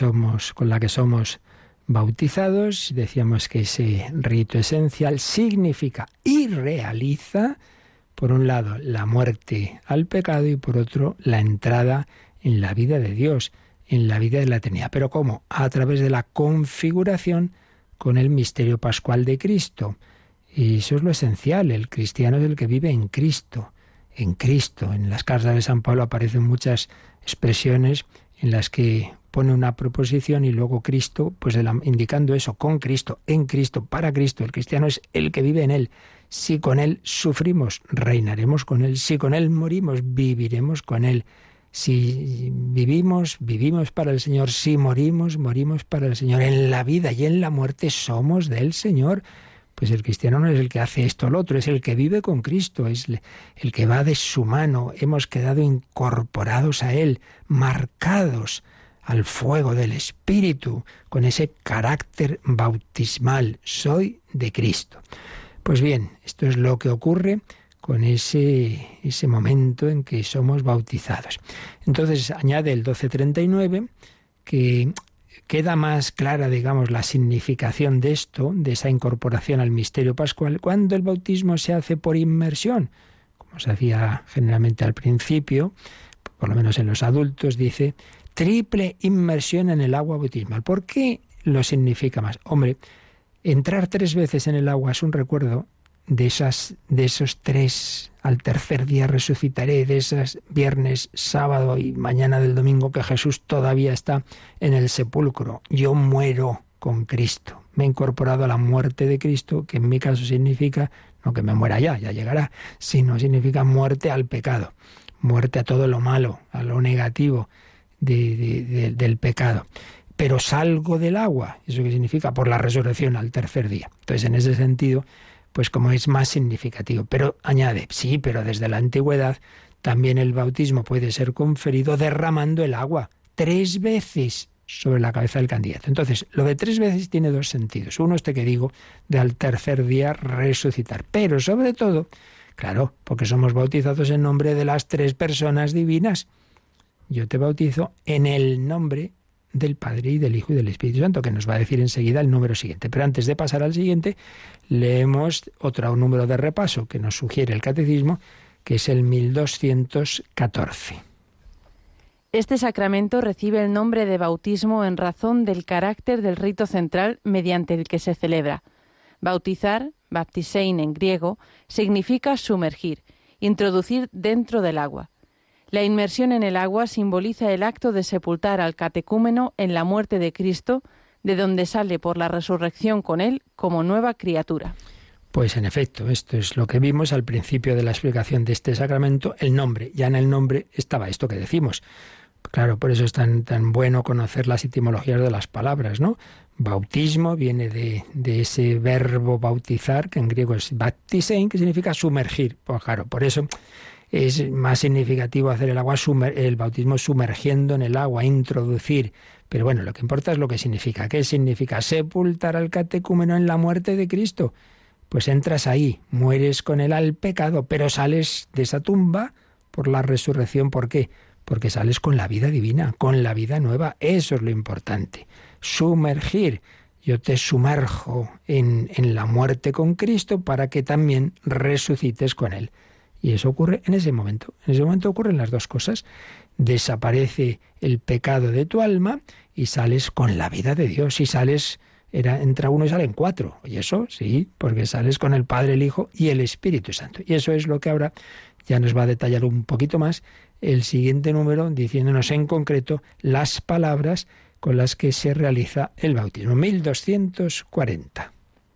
somos bautizados. Decíamos que ese rito esencial significa y realiza, por un lado, la muerte al pecado y por otro, la entrada en la vida de Dios, en la vida de la eternidad. ¿Pero cómo? A través de la configuración con el misterio pascual de Cristo. Y eso es lo esencial. El cristiano es el que vive en Cristo. En Cristo. En las cartas de San Pablo aparecen muchas expresiones en las que pone una proposición y luego Cristo, pues indicando eso, con Cristo, en Cristo, para Cristo. El cristiano es el que vive en Él. Si con Él sufrimos, reinaremos con Él. Si con Él morimos, viviremos con Él. Si vivimos, vivimos para el Señor. Si morimos, morimos para el Señor. En la vida y en la muerte somos del Señor. Pues el cristiano no es el que hace esto o lo otro, es el que vive con Cristo, es el que va de su mano. Hemos quedado incorporados a Él, marcados al fuego del Espíritu, con ese carácter bautismal. Soy de Cristo. Pues bien, esto es lo que ocurre con ese momento en que somos bautizados. Entonces añade el 1239 que queda más clara, digamos, la significación de esto, de esa incorporación al misterio pascual, cuando el bautismo se hace por inmersión, como se hacía generalmente al principio, por lo menos en los adultos, dice, triple inmersión en el agua bautismal. ¿Por qué lo significa más? Hombre, entrar 3 veces en el agua es un recuerdo de esos 3, al tercer día resucitaré, de esos viernes, sábado y mañana del domingo que Jesús todavía está en el sepulcro. Yo muero con Cristo. Me he incorporado a la muerte de Cristo, que en mi caso significa, no que me muera ya llegará, sino significa muerte al pecado, muerte a todo lo malo, a lo negativo del pecado. Pero salgo del agua, ¿eso qué significa? Por la resurrección al tercer día. Entonces, en ese sentido, pues como es más significativo. Pero añade, sí, pero desde la antigüedad también el bautismo puede ser conferido derramando el agua 3 veces sobre la cabeza del candidato. Entonces, lo de 3 veces tiene 2 sentidos. Uno, que digo, de al tercer día resucitar. Pero sobre todo, claro, porque somos bautizados en nombre de las 3 personas divinas. Yo te bautizo en el nombre del Padre y del Hijo y del Espíritu Santo, que nos va a decir enseguida el número siguiente. Pero antes de pasar al siguiente, leemos otro número de repaso que nos sugiere el Catecismo, que es el 1214. Este sacramento recibe el nombre de bautismo en razón del carácter del rito central mediante el que se celebra. Bautizar, baptisein en griego, significa sumergir, introducir dentro del agua. La inmersión en el agua simboliza el acto de sepultar al catecúmeno en la muerte de Cristo, de donde sale por la resurrección con él como nueva criatura. Pues en efecto, esto es lo que vimos al principio de la explicación de este sacramento, el nombre. Ya en el nombre estaba esto que decimos. Claro, por eso es tan bueno conocer las etimologías de las palabras, ¿no? Bautismo viene de ese verbo bautizar, que en griego es baptisein, que significa sumergir. Pues claro, por eso es más significativo hacer el bautismo sumergiendo en el agua, introducir. Pero bueno, lo que importa es lo que significa. ¿Qué significa? Sepultar al catecúmeno en la muerte de Cristo. Pues entras ahí, mueres con él al pecado, pero sales de esa tumba por la resurrección. ¿Por qué? Porque sales con la vida divina, con la vida nueva. Eso es lo importante. Sumergir. Yo te sumerjo en la muerte con Cristo para que también resucites con él. Y eso ocurre en ese momento. En ese momento ocurren las dos cosas. Desaparece el pecado de tu alma y sales con la vida de Dios. Y sales, entra uno y salen cuatro. Y eso sí, porque sales con el Padre, el Hijo y el Espíritu Santo. Y eso es lo que ahora ya nos va a detallar un poquito más el siguiente número, diciéndonos en concreto las palabras con las que se realiza el bautismo. 1240.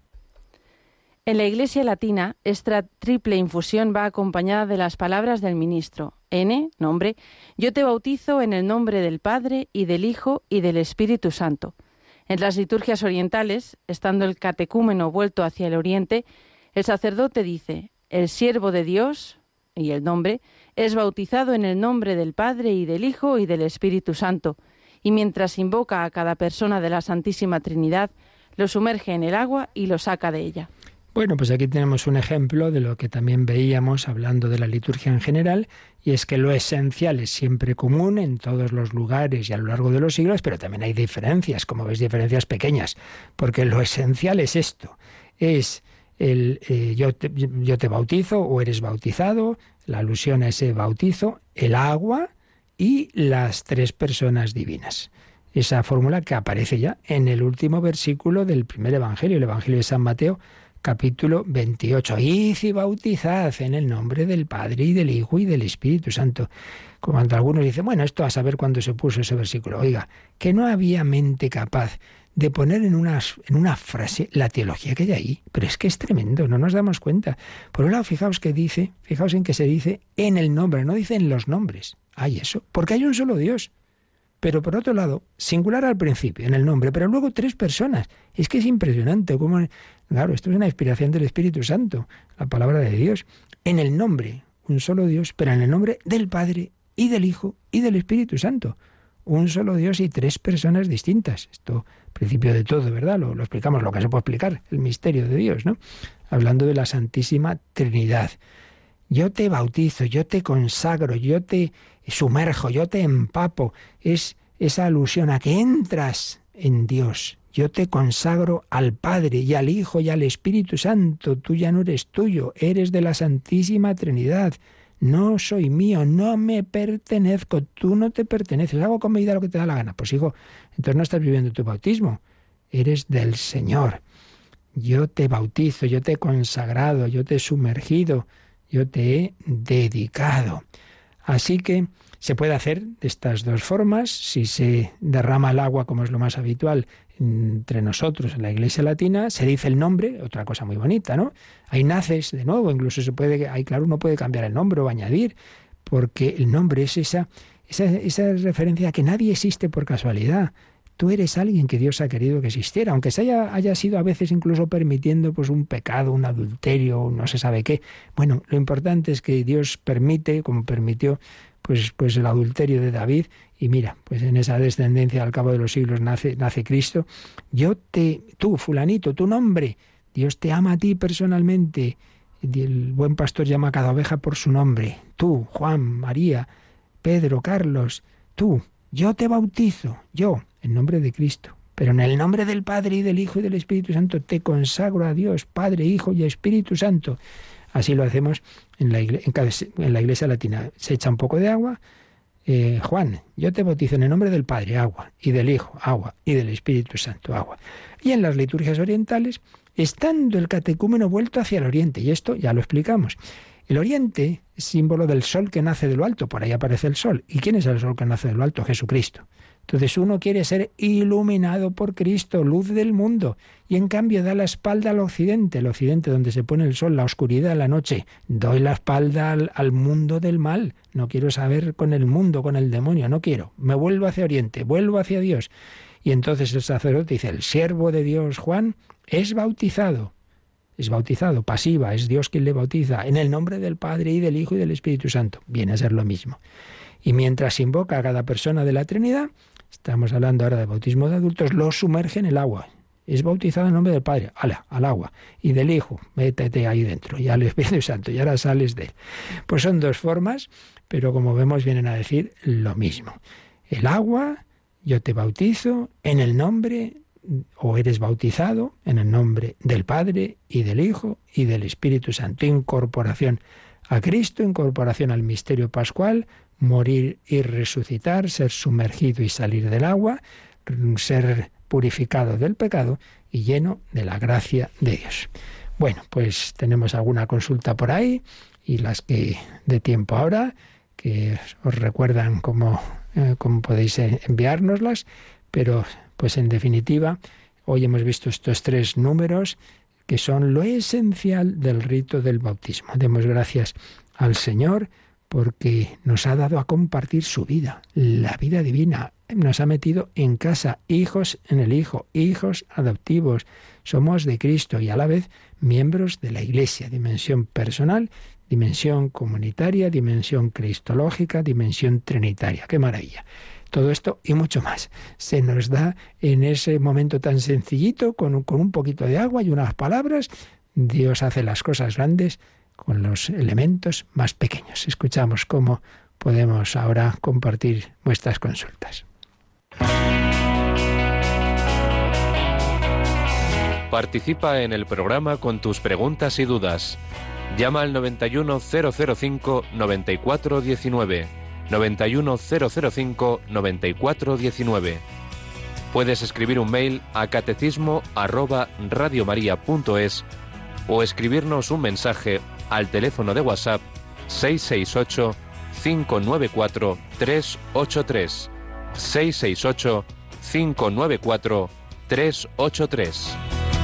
En la Iglesia latina, esta triple infusión va acompañada de las palabras del ministro. N, nombre, yo te bautizo en el nombre del Padre y del Hijo y del Espíritu Santo. En las liturgias orientales, estando el catecúmeno vuelto hacia el oriente, el sacerdote dice, el siervo de Dios, y el nombre, es bautizado en el nombre del Padre y del Hijo y del Espíritu Santo, y mientras invoca a cada persona de la Santísima Trinidad, lo sumerge en el agua y lo saca de ella. Bueno, pues aquí tenemos un ejemplo de lo que también veíamos hablando de la liturgia en general, y es que lo esencial es siempre común en todos los lugares y a lo largo de los siglos, pero también hay diferencias, como veis, diferencias pequeñas, porque lo esencial es esto, es yo te bautizo o eres bautizado, la alusión a ese bautizo, el agua y las tres personas divinas. Esa fórmula que aparece ya en el último versículo del primer Evangelio, el Evangelio de San Mateo, capítulo 28. Id y bautizad en el nombre del Padre y del Hijo y del Espíritu Santo. Cuando algunos dicen, bueno, esto a saber cuándo se puso ese versículo. Oiga, que no había mente capaz de poner en una frase la teología que hay ahí. Pero es que es tremendo, no nos damos cuenta. Por un lado, fijaos en que se dice en el nombre, no dice en los nombres. Hay eso, porque hay un solo Dios. Pero por otro lado, singular al principio, en el nombre, pero luego tres personas. Es que es impresionante cómo... Claro, esto es una inspiración del Espíritu Santo, la palabra de Dios. En el nombre, un solo Dios, pero en el nombre del Padre y del Hijo y del Espíritu Santo. Un solo Dios y tres personas distintas. Esto, principio de todo, ¿verdad? Lo explicamos, lo que se puede explicar, el misterio de Dios, ¿no? Hablando de la Santísima Trinidad. Yo te bautizo, yo te consagro, yo te sumerjo, yo te empapo. Es esa alusión a que entras en Dios. Yo te consagro al Padre y al Hijo y al Espíritu Santo. Tú ya no eres tuyo, eres de la Santísima Trinidad. No soy mío, no me pertenezco, tú no te perteneces. Hago con mi vida lo que te da la gana. Pues hijo, entonces no estás viviendo tu bautismo. Eres del Señor. Yo te bautizo, yo te he consagrado, yo te he sumergido, yo te he dedicado. Así que se puede hacer de estas dos formas. Si se derrama el agua, como es lo más habitual entre nosotros en la Iglesia latina, se dice el nombre, otra cosa muy bonita, ¿no? Ahí naces de nuevo, incluso claro, uno puede cambiar el nombre o añadir, porque el nombre es esa referencia a que nadie existe por casualidad. Tú eres alguien que Dios ha querido que existiera, aunque se haya sido a veces incluso permitiendo pues un pecado, un adulterio, no se sabe qué. Bueno, lo importante es que Dios permite, como permitió pues el adulterio de David, y mira, pues en esa descendencia al cabo de los siglos nace Cristo. Tú, fulanito, tu nombre, Dios te ama a ti personalmente. El buen pastor llama a cada oveja por su nombre. Tú, Juan, María, Pedro, Carlos, tú, yo te bautizo, yo, en nombre de Cristo. Pero en el nombre del Padre y del Hijo y del Espíritu Santo te consagro a Dios, Padre, Hijo y Espíritu Santo. Así lo hacemos en la Iglesia latina. Se echa un poco de agua, Juan, yo te bautizo en el nombre del Padre, agua, y del Hijo, agua, y del Espíritu Santo, agua. Y en las liturgias orientales, estando el catecúmeno vuelto hacia el oriente, y esto ya lo explicamos. El oriente es símbolo del sol que nace de lo alto, por ahí aparece el sol. ¿Y quién es el sol que nace de lo alto? Jesucristo. Entonces uno quiere ser iluminado por Cristo, luz del mundo, y en cambio da la espalda al occidente, el occidente donde se pone el sol, la oscuridad, la noche. Doy la espalda al mundo del mal, no quiero saber con el mundo, con el demonio, no quiero. Me vuelvo hacia oriente, vuelvo hacia Dios. Y entonces el sacerdote dice, el siervo de Dios, Juan, es bautizado, pasiva, es Dios quien le bautiza, en el nombre del Padre y del Hijo y del Espíritu Santo. Viene a ser lo mismo. Y mientras invoca a cada persona de la Trinidad, estamos hablando ahora de bautismo de adultos, lo sumerge en el agua. Es bautizado en nombre del Padre, al agua, y del Hijo, métete ahí dentro, y al Espíritu Santo, y ahora sales de él. Pues son dos formas, pero como vemos vienen a decir lo mismo. El agua, yo te bautizo en el nombre, o eres bautizado en el nombre del Padre y del Hijo y del Espíritu Santo. Incorporación a Cristo, incorporación al misterio pascual, morir y resucitar, ser sumergido y salir del agua, ser purificado del pecado y lleno de la gracia de Dios. Bueno, pues tenemos alguna consulta por ahí y las que de tiempo ahora, que os recuerdan cómo podéis enviárnoslas, pero pues en definitiva, hoy hemos visto estos 3 números que son lo esencial del rito del bautismo. Demos gracias al Señor porque nos ha dado a compartir su vida, la vida divina. Nos ha metido en casa, hijos en el Hijo, hijos adoptivos. Somos de Cristo y a la vez miembros de la Iglesia, dimensión personal, dimensión comunitaria, dimensión cristológica, dimensión trinitaria. ¡Qué maravilla! Todo esto y mucho más se nos da en ese momento tan sencillito, con un poquito de agua y unas palabras. Dios hace las cosas grandes con los elementos más pequeños. Escuchamos cómo podemos ahora compartir vuestras consultas. Participa en el programa con tus preguntas y dudas. Llama al 91005-9419. 91005-9419. Puedes escribir un mail a catecismo@radiomaria.es o escribirnos un mensaje al teléfono de WhatsApp 668 594 383. 668 594 383.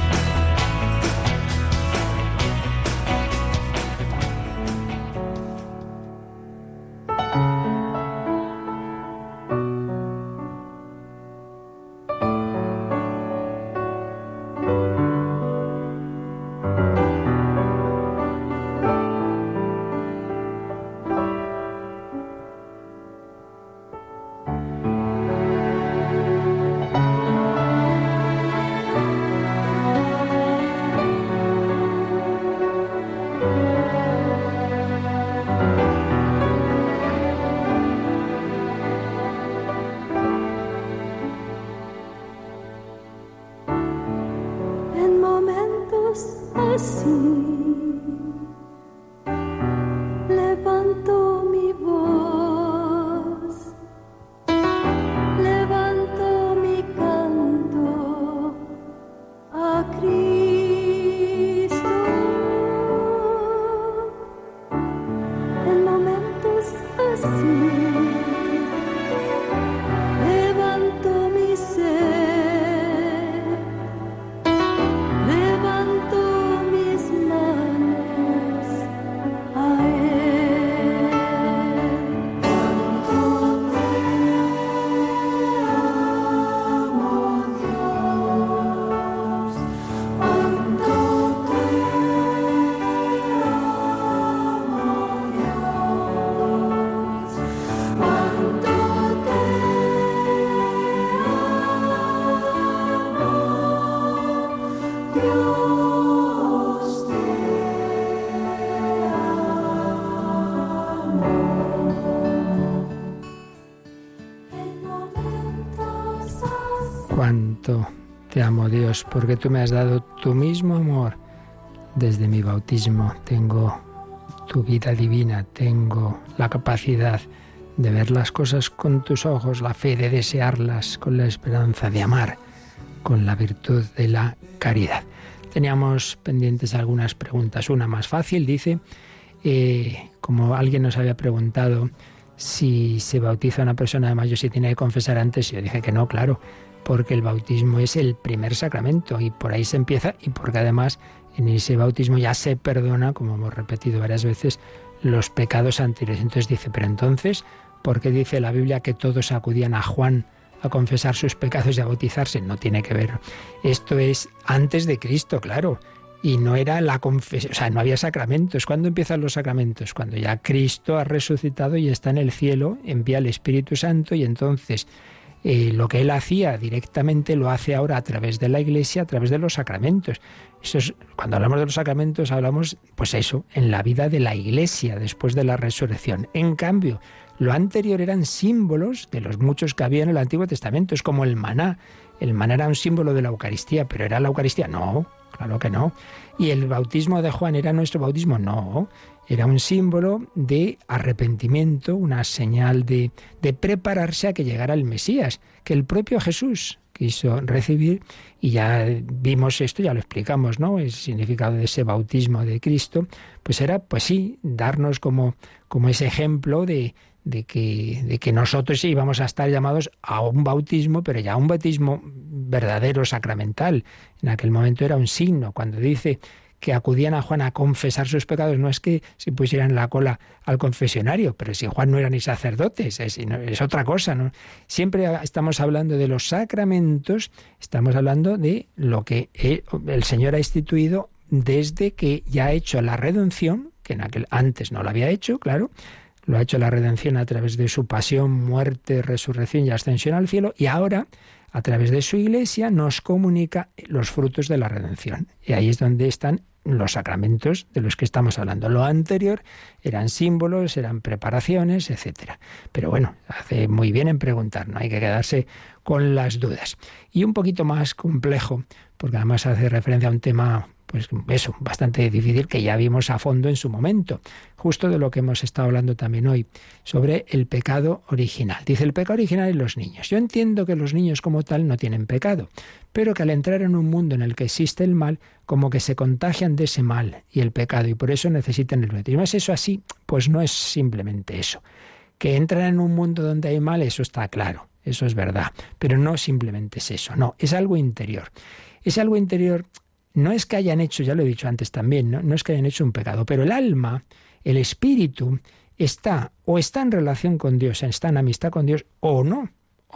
Cuánto te amo, Dios, porque tú me has dado tu mismo amor. Desde mi bautismo tengo tu vida divina, tengo la capacidad de ver las cosas con tus ojos, la fe de desearlas con la esperanza de amar, con la virtud de la caridad. Teníamos pendientes algunas preguntas. Una más fácil, dice, como alguien nos había preguntado si se bautiza una persona de mayor, si tiene que confesar antes. Yo dije que no, claro, porque el bautismo es el primer sacramento y por ahí se empieza, y porque además en ese bautismo ya se perdona, como hemos repetido varias veces, los pecados anteriores. Entonces dice, pero entonces, ¿por qué dice la Biblia que todos acudían a Juan a confesar sus pecados y a bautizarse? No tiene que ver. Esto es antes de Cristo, claro. Y no era la confesión, o sea, no había sacramentos. ¿Cuándo empiezan los sacramentos? Cuando ya Cristo ha resucitado y está en el cielo, envía el Espíritu Santo, y entonces lo que Él hacía directamente lo hace ahora a través de la Iglesia, a través de los sacramentos. Eso es, cuando hablamos de los sacramentos hablamos, pues eso, en la vida de la Iglesia después de la resurrección. En cambio, lo anterior eran símbolos de los muchos que había en el Antiguo Testamento. Es como el maná. El maná era un símbolo de la Eucaristía, pero ¿era la Eucaristía? No, claro que no. ¿Y el bautismo de Juan era nuestro bautismo? No. Era un símbolo de arrepentimiento, una señal de prepararse a que llegara el Mesías, que el propio Jesús quiso recibir, y ya vimos esto, ya lo explicamos, ¿no? El significado de ese bautismo de Cristo, pues era, pues sí, darnos como ese ejemplo de que nosotros íbamos a estar llamados a un bautismo, pero ya un bautismo verdadero, sacramental. En aquel momento era un signo. Cuando dice que acudían a Juan a confesar sus pecados, no es que se pusieran la cola al confesionario, pero si Juan no era ni sacerdote, es otra cosa, ¿no? Siempre estamos hablando de los sacramentos, estamos hablando de lo que el Señor ha instituido desde que ya ha hecho la redención, que en aquel antes no lo había hecho, claro. Lo ha hecho la redención a través de su pasión, muerte, resurrección y ascensión al cielo, y ahora, a través de su Iglesia, nos comunica los frutos de la redención. Y ahí es donde están los sacramentos de los que estamos hablando. Lo anterior eran símbolos, eran preparaciones, etc. Pero bueno, hace muy bien en preguntar, no hay que quedarse con las dudas. Y un poquito más complejo, porque además hace referencia a un tema, pues eso, bastante difícil, que ya vimos a fondo en su momento, justo de lo que hemos estado hablando también hoy, sobre el pecado original. Dice, el pecado original en los niños. Yo entiendo que los niños como tal no tienen pecado, pero que al entrar en un mundo en el que existe el mal, como que se contagian de ese mal y el pecado, y por eso necesitan el bautismo. ¿Es eso así? Pues no es simplemente eso. Que entran en un mundo donde hay mal, eso está claro, eso es verdad, pero no simplemente es eso, no, es algo interior. Es algo interior. No es que hayan hecho, ya lo he dicho antes también, no es que hayan hecho un pecado, pero el alma, el espíritu, está en relación con Dios, está en amistad con Dios, o no.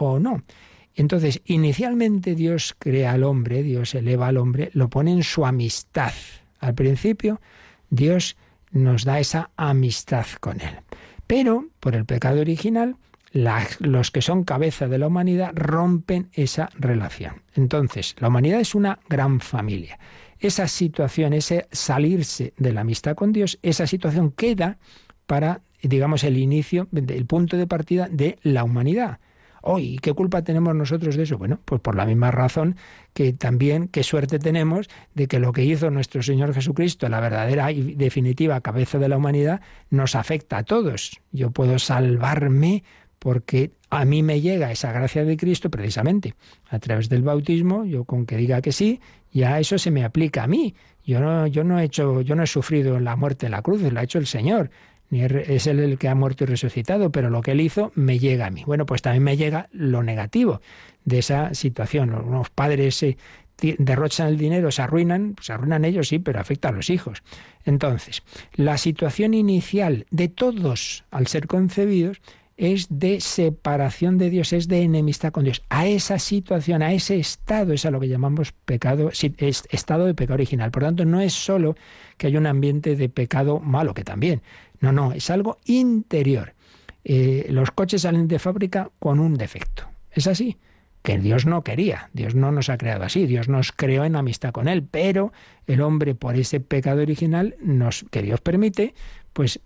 Entonces, inicialmente Dios crea al hombre, Dios eleva al hombre, lo pone en su amistad. Al principio, Dios nos da esa amistad con Él. Pero, por el pecado original, los que son cabeza de la humanidad rompen esa relación. Entonces, la humanidad es una gran familia. Esa situación, ese salirse de la amistad con Dios, esa situación queda para, digamos, el inicio, el punto de partida de la humanidad. ¿Y qué culpa tenemos nosotros de eso? Bueno, pues por la misma razón que también qué suerte tenemos de que lo que hizo nuestro Señor Jesucristo, la verdadera y definitiva cabeza de la humanidad, nos afecta a todos. Yo puedo salvarme porque a mí me llega esa gracia de Cristo precisamente a través del bautismo. Yo con que diga que sí, ya eso se me aplica a mí. Yo no he sufrido la muerte en la cruz, lo ha hecho el Señor. Es Él el que ha muerto y resucitado, pero lo que Él hizo me llega a mí. Bueno, pues también me llega lo negativo de esa situación. Unos padres derrochan el dinero, se arruinan ellos, sí, pero afecta a los hijos. Entonces, la situación inicial de todos al ser concebidos es de separación de Dios, es de enemistad con Dios. A esa situación, a ese estado, es a lo que llamamos pecado, es estado de pecado original. Por tanto, no es solo que haya un ambiente de pecado malo, que también. No, es algo interior. Los coches salen de fábrica con un defecto. Es así, que Dios no quería. Dios no nos ha creado así. Dios nos creó en amistad con Él, pero el hombre, por ese pecado original que Dios permite, pues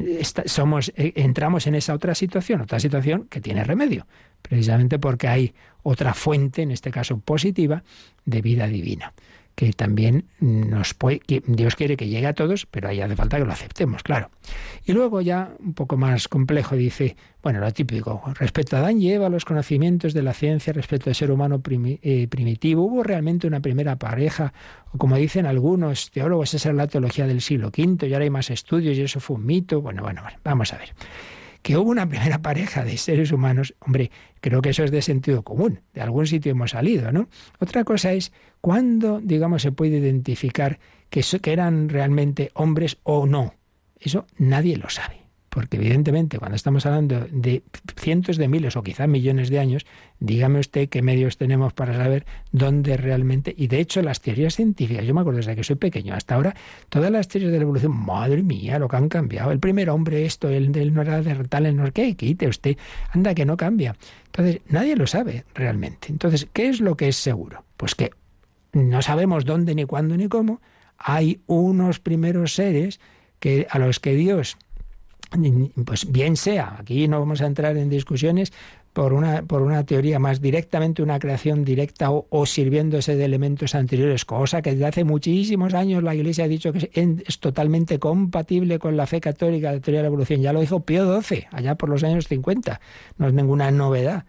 entramos en esa otra situación que tiene remedio, precisamente porque hay otra fuente, en este caso positiva, de vida divina. que también Dios quiere que llegue a todos, pero ahí hace falta que lo aceptemos, claro. Y luego ya un poco más complejo dice, bueno, lo típico, respecto a Adán y Eva, los conocimientos de la ciencia respecto al ser humano primitivo, ¿hubo realmente una primera pareja? O como dicen algunos teólogos, esa es la teología del siglo V, y ahora hay más estudios y eso fue un mito. Bueno, vamos a ver. Que hubo una primera pareja de seres humanos, hombre, creo que eso es de sentido común, de algún sitio hemos salido, ¿no? Otra cosa es cuándo, digamos, se puede identificar que eran realmente hombres o no. Eso nadie lo sabe, porque evidentemente cuando estamos hablando de cientos de miles o quizá millones de años, dígame usted qué medios tenemos para saber dónde realmente... Y de hecho las teorías científicas, yo me acuerdo desde que soy pequeño hasta ahora, todas las teorías de la evolución, madre mía, lo que han cambiado. El primer hombre esto, él no era de tal, no es que quite usted, anda que no cambia. Entonces nadie lo sabe realmente. Entonces, ¿qué es lo que es seguro? Pues que no sabemos dónde, ni cuándo, ni cómo. Hay unos primeros seres a los que Dios... Pues bien sea, aquí no vamos a entrar en discusiones por una teoría más directamente, una creación directa o sirviéndose de elementos anteriores, cosa que desde hace muchísimos años la Iglesia ha dicho que es totalmente compatible con la fe católica, la teoría de la evolución. Ya lo dijo Pío XII, allá por los años 50. No es ninguna novedad.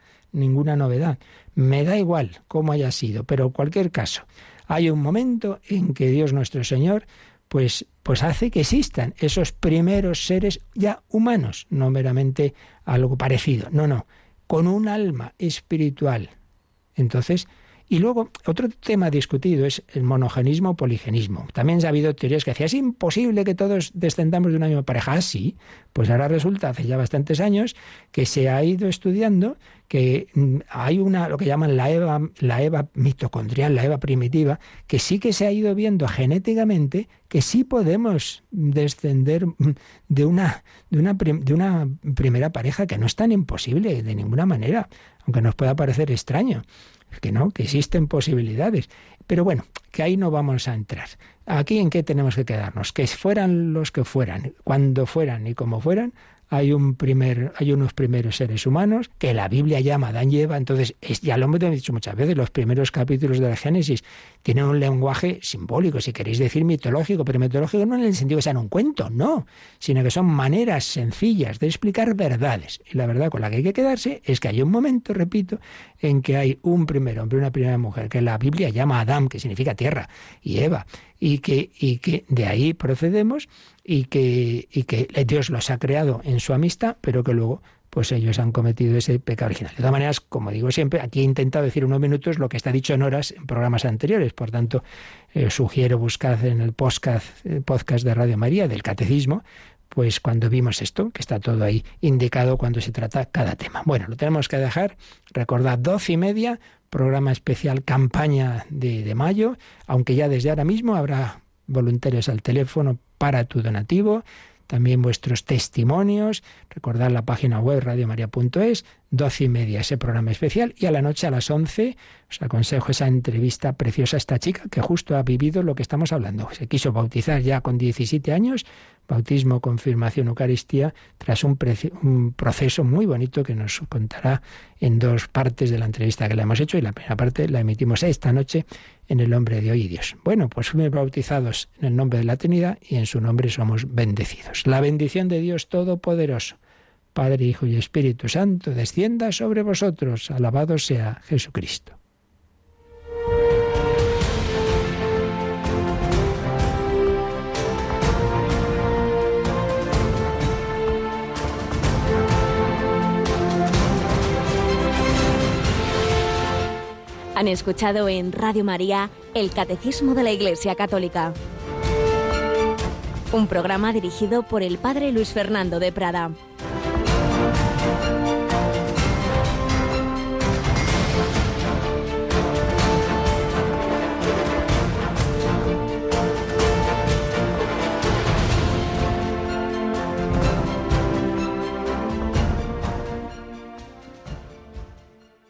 Me da igual cómo haya sido, pero en cualquier caso, hay un momento en que Dios nuestro Señor pues hace que existan esos primeros seres ya humanos, no meramente algo parecido, no, con un alma espiritual. Entonces, y luego otro tema discutido es el monogenismo o poligenismo. También ha habido teorías que decían, es imposible que todos descendamos de una misma pareja. Ah, sí, pues ahora resulta, hace ya bastantes años, que se ha ido estudiando que hay lo que llaman la Eva mitocondrial, la Eva primitiva, que sí que se ha ido viendo genéticamente que sí podemos descender de una primera pareja, que no es tan imposible de ninguna manera, aunque nos pueda parecer extraño. Que no, que existen posibilidades. Pero bueno, que ahí no vamos a entrar. Aquí en qué tenemos que quedarnos, que fueran los que fueran, cuando fueran y como fueran, hay unos primeros seres humanos que la Biblia llama Adán y Eva. Entonces, ya lo hemos dicho muchas veces, los primeros capítulos de la Génesis tienen un lenguaje simbólico, si queréis decir mitológico, pero mitológico no en el sentido que sean un cuento, no, sino que son maneras sencillas de explicar verdades. Y la verdad con la que hay que quedarse es que hay un momento, repito, en que hay un primer hombre, una primera mujer, que la Biblia llama Adán, que significa tierra, y Eva, y que de ahí procedemos, y que Dios los ha creado en su amistad, pero que luego pues ellos han cometido ese pecado original. De todas maneras, como digo siempre, aquí he intentado decir unos minutos lo que está dicho en horas en programas anteriores, por tanto, sugiero buscar en el podcast de Radio María del Catecismo, pues cuando vimos esto, que está todo ahí indicado cuando se trata cada tema. Bueno, lo tenemos que dejar, recordad, 12:30, programa especial campaña de mayo, aunque ya desde ahora mismo habrá voluntarios al teléfono para tu donativo, también vuestros testimonios, recordad la página web radiomaria.es, 12:30 ese programa especial, y a la noche a las 11 os aconsejo esa entrevista preciosa a esta chica que justo ha vivido lo que estamos hablando. Se quiso bautizar ya con 17 años, bautismo, confirmación, Eucaristía, tras un proceso muy bonito que nos contará en dos partes de la entrevista que le hemos hecho, y la primera parte la emitimos esta noche en el nombre de hoy y Dios. Bueno, pues fuimos bautizados en el nombre de la Trinidad y en su nombre somos bendecidos. La bendición de Dios Todopoderoso, Padre, Hijo y Espíritu Santo, descienda sobre vosotros. Alabado sea Jesucristo. Han escuchado en Radio María el Catecismo de la Iglesia Católica, un programa dirigido por el Padre Luis Fernando de Prada.